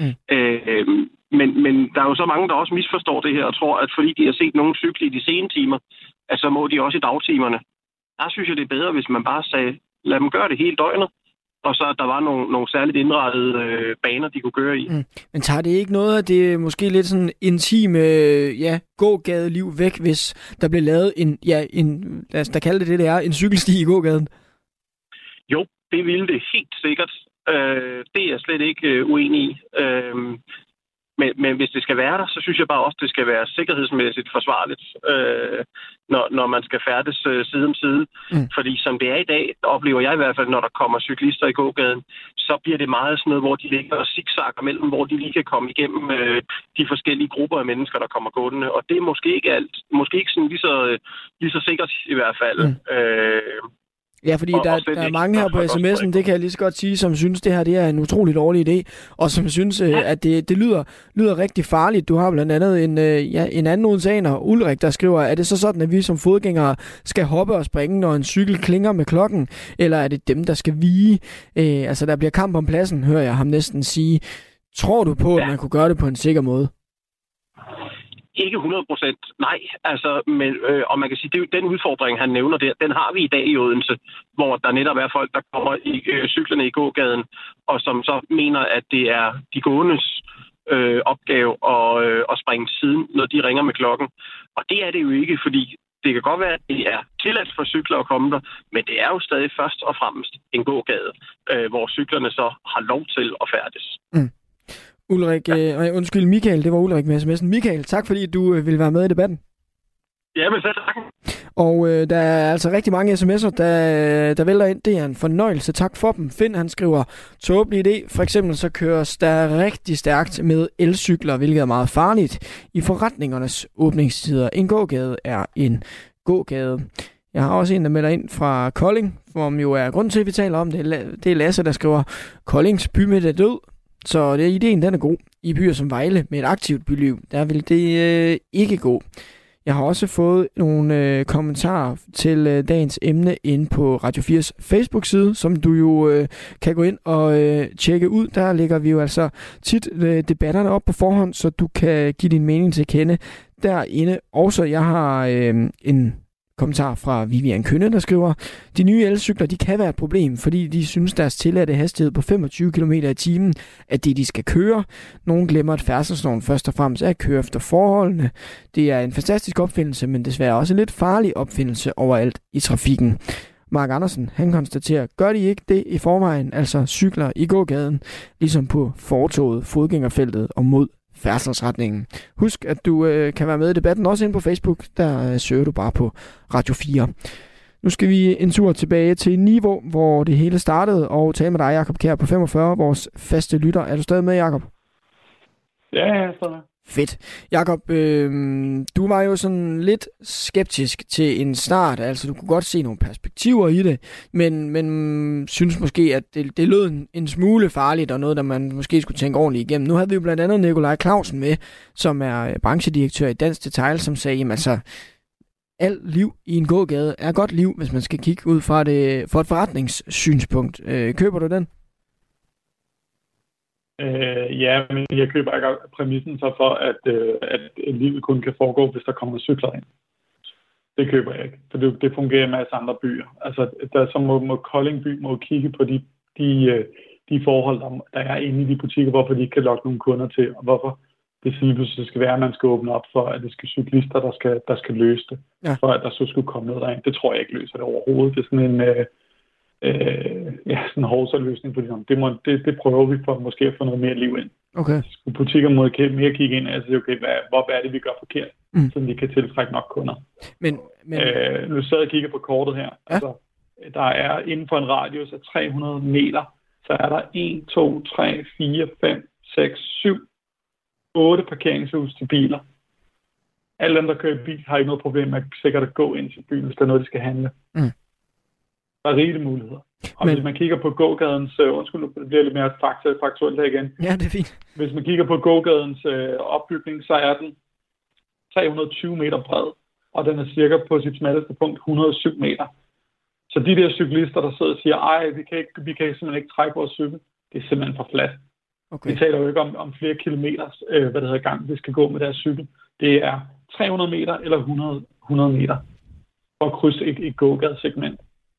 Men der er jo så mange, der også misforstår det her og tror, at fordi de har set nogen cykle i de sene timer, at så må de også i dagtimerne. Der synes jeg, det er bedre, hvis man bare sagde, lad dem gøre det hele døgnet. og så der var nogle særligt indrettede baner, de kunne køre i. Men tager det ikke noget af det måske lidt sådan intime gågadeliv væk, hvis der bliver lavet en lad os da kalde det er, en cykelsti i gågaden? Jo, det ville det helt sikkert. Det er jeg slet ikke uenig i. Men hvis det skal være der, så synes jeg bare også, det skal være sikkerhedsmæssigt forsvarligt, når man skal færdes side om side. Fordi som det er i dag, oplever jeg i hvert fald, når der kommer cyklister i gågaden, så bliver det meget sådan noget, hvor de ligger og zigzagger mellem, hvor de lige kan komme igennem de forskellige grupper af mennesker, der kommer gående. Og det er måske ikke sådan lige så sikkert i hvert fald. Ja, fordi der er mange her på sms'en, det kan jeg lige så godt sige, som synes, det her det er en utrolig dårlig idé, og som synes, at det lyder rigtig farligt. Du har blandt andet en anden odenseaner, Ulrik, der skriver, er det så sådan, at vi som fodgængere skal hoppe og springe, når en cykel klinger med klokken, eller er det dem, der skal vige? Altså, der bliver kamp om pladsen, hører jeg ham næsten sige. Tror du på, at man kunne gøre det på en sikker måde? Ikke 100%, nej. Altså, og man kan sige, det er jo den udfordring, han nævner der, den har vi i dag i Odense, hvor der netop er folk, der kommer i cyklerne i gågaden, og som så mener, at det er de gåendes opgave at springe til siden, når de ringer med klokken. Og det er det jo ikke, fordi det kan godt være, at det er tilladt for cykler at komme der, men det er jo stadig først og fremmest en gågade, hvor cyklerne så har lov til at færdes. Ulrik, undskyld Michael, det var Ulrik med sms'en. Michael, tak fordi du ville være med i debatten. Ja, men så tak. Og der er altså rigtig mange sms'er, der vælter ind. Det er en fornøjelse. Tak for dem. Finn, han skriver, tåbelig idé. For eksempel så køres der rigtig stærkt med elcykler, hvilket er meget farligt i forretningernes åbningstider. En gågade er en gågade. Jeg har også en, der melder ind fra Kolding, som jo er grund til, at vi taler om det. Det er Lasse, der skriver, Koldings bymidte er død. Så ideen den er god. I byer som Vejle med et aktivt byliv, der vil det ikke gå. Jeg har også fået nogle kommentarer til dagens emne inde på Radio 4's Facebook-side, som du jo kan gå ind og tjekke ud. Der lægger vi jo altså tit debatterne op på forhånd, så du kan give din mening til kende derinde. Også jeg har en kommentar fra Vivian Kønne, der skriver, de nye elcykler, de kan være et problem, fordi de synes, deres tilladte hastighed på 25 km i timen, at det de skal køre. Nogle glemmer, at færdselsloven først og fremmest er at køre efter forholdene. Det er en fantastisk opfindelse, men desværre også en lidt farlig opfindelse overalt i trafikken. Mark Andersen, han konstaterer, gør de ikke det i forvejen, altså cykler i gågaden, ligesom på fortovet, fodgængerfeltet og mod færdselsretningen. Husk, at du kan være med i debatten også inde på Facebook. Der søger du bare på Radio 4. Nu skal vi en tur tilbage til Niveau, hvor det hele startede, og tale med dig, Jakob Kjær, på 45, vores faste lytter. Er du stadig med, Jakob? Ja, jeg er stadig med. Fedt. Jakob, du var jo sådan lidt skeptisk til en start, altså du kunne godt se nogle perspektiver i det, men synes måske, at det lød en smule farligt, og noget, der man måske skulle tænke ordentligt igennem. Nu havde vi jo blandt andet Nikolaj Clausen med, som er branchedirektør i Dansk Detail, som sagde, jamen altså, alt liv i en gågade er godt liv, hvis man skal kigge ud fra det for et forretningssynspunkt. Køber du den? Ja, men jeg køber ikke præmissen så for, at livet kun kan foregå, hvis der kommer cykler ind. Det køber jeg ikke, for det fungerer i en masse andre byer. Altså, så må Kolding by må kigge på de forhold, der er inde i de butikker, hvorfor de ikke kan lokke nogle kunder til, og hvorfor det simpelthen skal være, at man skal åbne op for, at det skal cyklister, der skal løse det, for at der så skulle komme noget derind. Det tror jeg ikke løser det overhovedet. Det er sådan en sådan en hovsaløsning på det prøver vi for måske at få noget mere liv ind. Okay. Butikker må mere kigge ind, altså okay, hvad er det, vi gør forkert, så de kan tiltrække nok kunder. Men nu sidder jeg og kigger på kortet her. Ja. Altså, der er inden for en radius af 300 meter, så er der 1, 2, 3, 4, 5, 6, 7, 8 parkeringshus til biler. Alle dem, der kører i bil, har ikke noget problem med sikkert at gå ind til byen, hvis der er noget, de skal handle. Der er rigelige muligheder. Og hvis man kigger på gågadens, undskyld, det bliver lidt mere faktuelt her igen. Ja, det er fint. Hvis man kigger på gågadens opbygning, så er den 320 meter bred, og den er cirka på sit smalleste punkt 107 meter. Så de der cyklister, der sidder og siger, vi kan simpelthen ikke trække vores cykel, det er simpelthen for fladt. Okay. Vi taler jo ikke om flere kilometers gang, vi skal gå med deres cykel. Det er 300 meter eller 100 meter for at krydse et gågadesegment.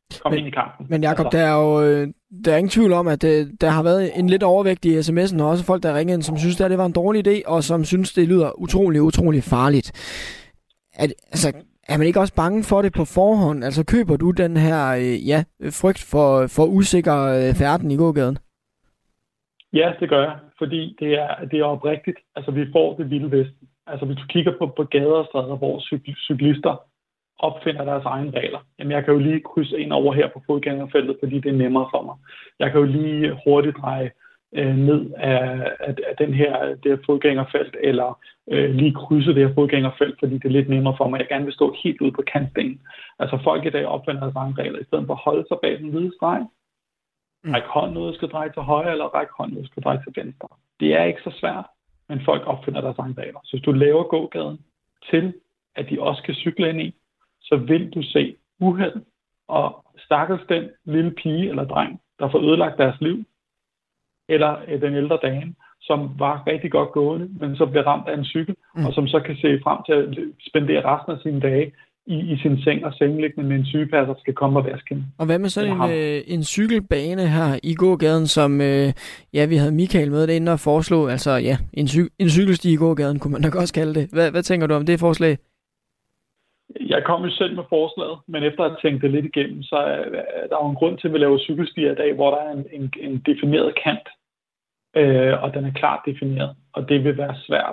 komme ind i kampen. Men Jacob, der er ingen tvivl om, at der har været en lidt overvægt i sms'en, og også folk, der ringer ind, som synes, at det var en dårlig idé, og som synes, det lyder utrolig farligt. Er man ikke også bange for det på forhånd? Altså køber du den her frygt for usikker færden i gågaden? Ja, det gør jeg, fordi det er oprigtigt. Altså vi får det vilde vesten. Altså hvis du kigger på gader og stræder, hvor cyklister opfinder deres egne regler. Jamen jeg kan jo lige krydse ind over her på fodgængerfeltet, fordi det er nemmere for mig. Jeg kan jo lige hurtigt dreje ned af det her fodgængerfelt, eller lige krydse det her fodgængerfelt, fordi det er lidt nemmere for mig. Jeg gerne vil stå helt ude på kantstenen. Altså folk i dag opfinder deres egne regler, i stedet for at holde sig bag den hvide streg. Ræk hånden ud, skal dreje til højre, eller ræk hånden ud, skal dreje til venstre. Det er ikke så svært, men folk opfinder deres egne regler. Så hvis du laver gågaden til, at de også kan cykle ind i, så vil du se uheld, og stakkels den lille pige eller dreng, der får ødelagt deres liv, eller den ældre dame, som var rigtig godt gående, men så bliver ramt af en cykel, og som så kan se frem til at spendere resten af sine dage i sin seng og sengeliggende med en sygepasser, der skal komme og vaske hende. Og hvad med sådan en cykelbane her i gågaden, som vi havde Michael med derinde og foreslå, altså en cykelsti i gågaden, kunne man nok også kalde det. Hvad tænker du om det forslag? Jeg kom jo selv med forslaget, men efter at have tænkt det lidt igennem, så er der jo en grund til, at vi laver cykelstier i dag, hvor der er en defineret kant, og den er klart defineret, og det vil være svært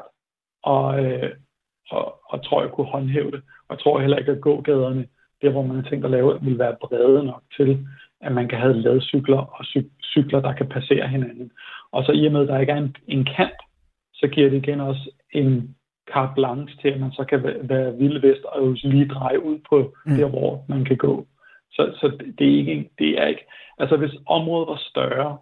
og tror jeg kunne håndhæve det. Og jeg tror heller ikke, at gågaderne, der hvor man har tænkt at lave, vil være brede nok til, at man kan have ladcykler og cykler, der kan passere hinanden. Og så i og med, at der ikke er en kant, så giver det igen også en carte blanche til, at man så kan være vilde vest og lige dreje ud på der, hvor man kan gå. Så det er ikke... Altså hvis området var større,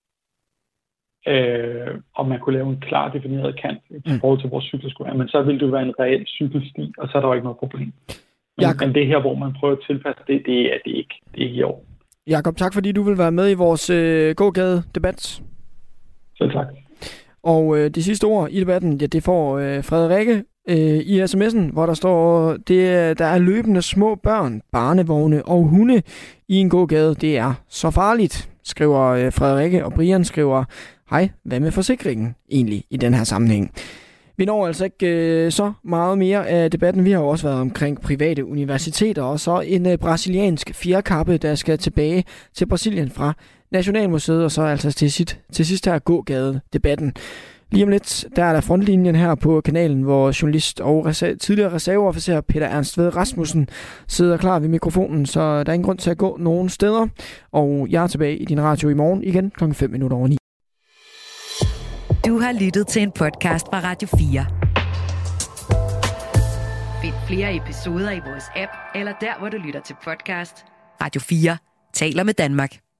og man kunne lave en klar defineret kant i forhold til, hvor cykler skulle være, men så ville det være en reel cykelsti, og så er der jo ikke noget problem. Men det her, hvor man prøver at tilpasse det, det er ikke i år. Jakob, tak fordi du vil være med i vores gågade-debat. Selv tak. Og de sidste ord i debatten, det får Frederikke i sms'en, hvor der står, der er løbende små børn, barnevogne og hunde i en gågade. Det er så farligt, skriver Frederikke, og Brian skriver, hej, hvad med forsikringen egentlig i den her sammenhæng? Vi når altså ikke så meget mere af debatten. Vi har jo også været omkring private universiteter, og så en brasiliansk fjerkappe, der skal tilbage til Brasilien fra Nationalmuseet, og så altså til sidst her gågade-debatten. Lige om lidt, der er der frontlinjen her på kanalen, hvor journalist og tidligere reserveofficer Peter Ernst Ved Rasmussen sidder klar ved mikrofonen, så der er ingen grund til at gå nogen steder. Og jeg er tilbage i din radio i morgen igen kl. 9:05. Du har lyttet til en podcast fra Radio 4. Find flere episoder i vores app, eller der, hvor du lytter til podcast. Radio 4 taler med Danmark.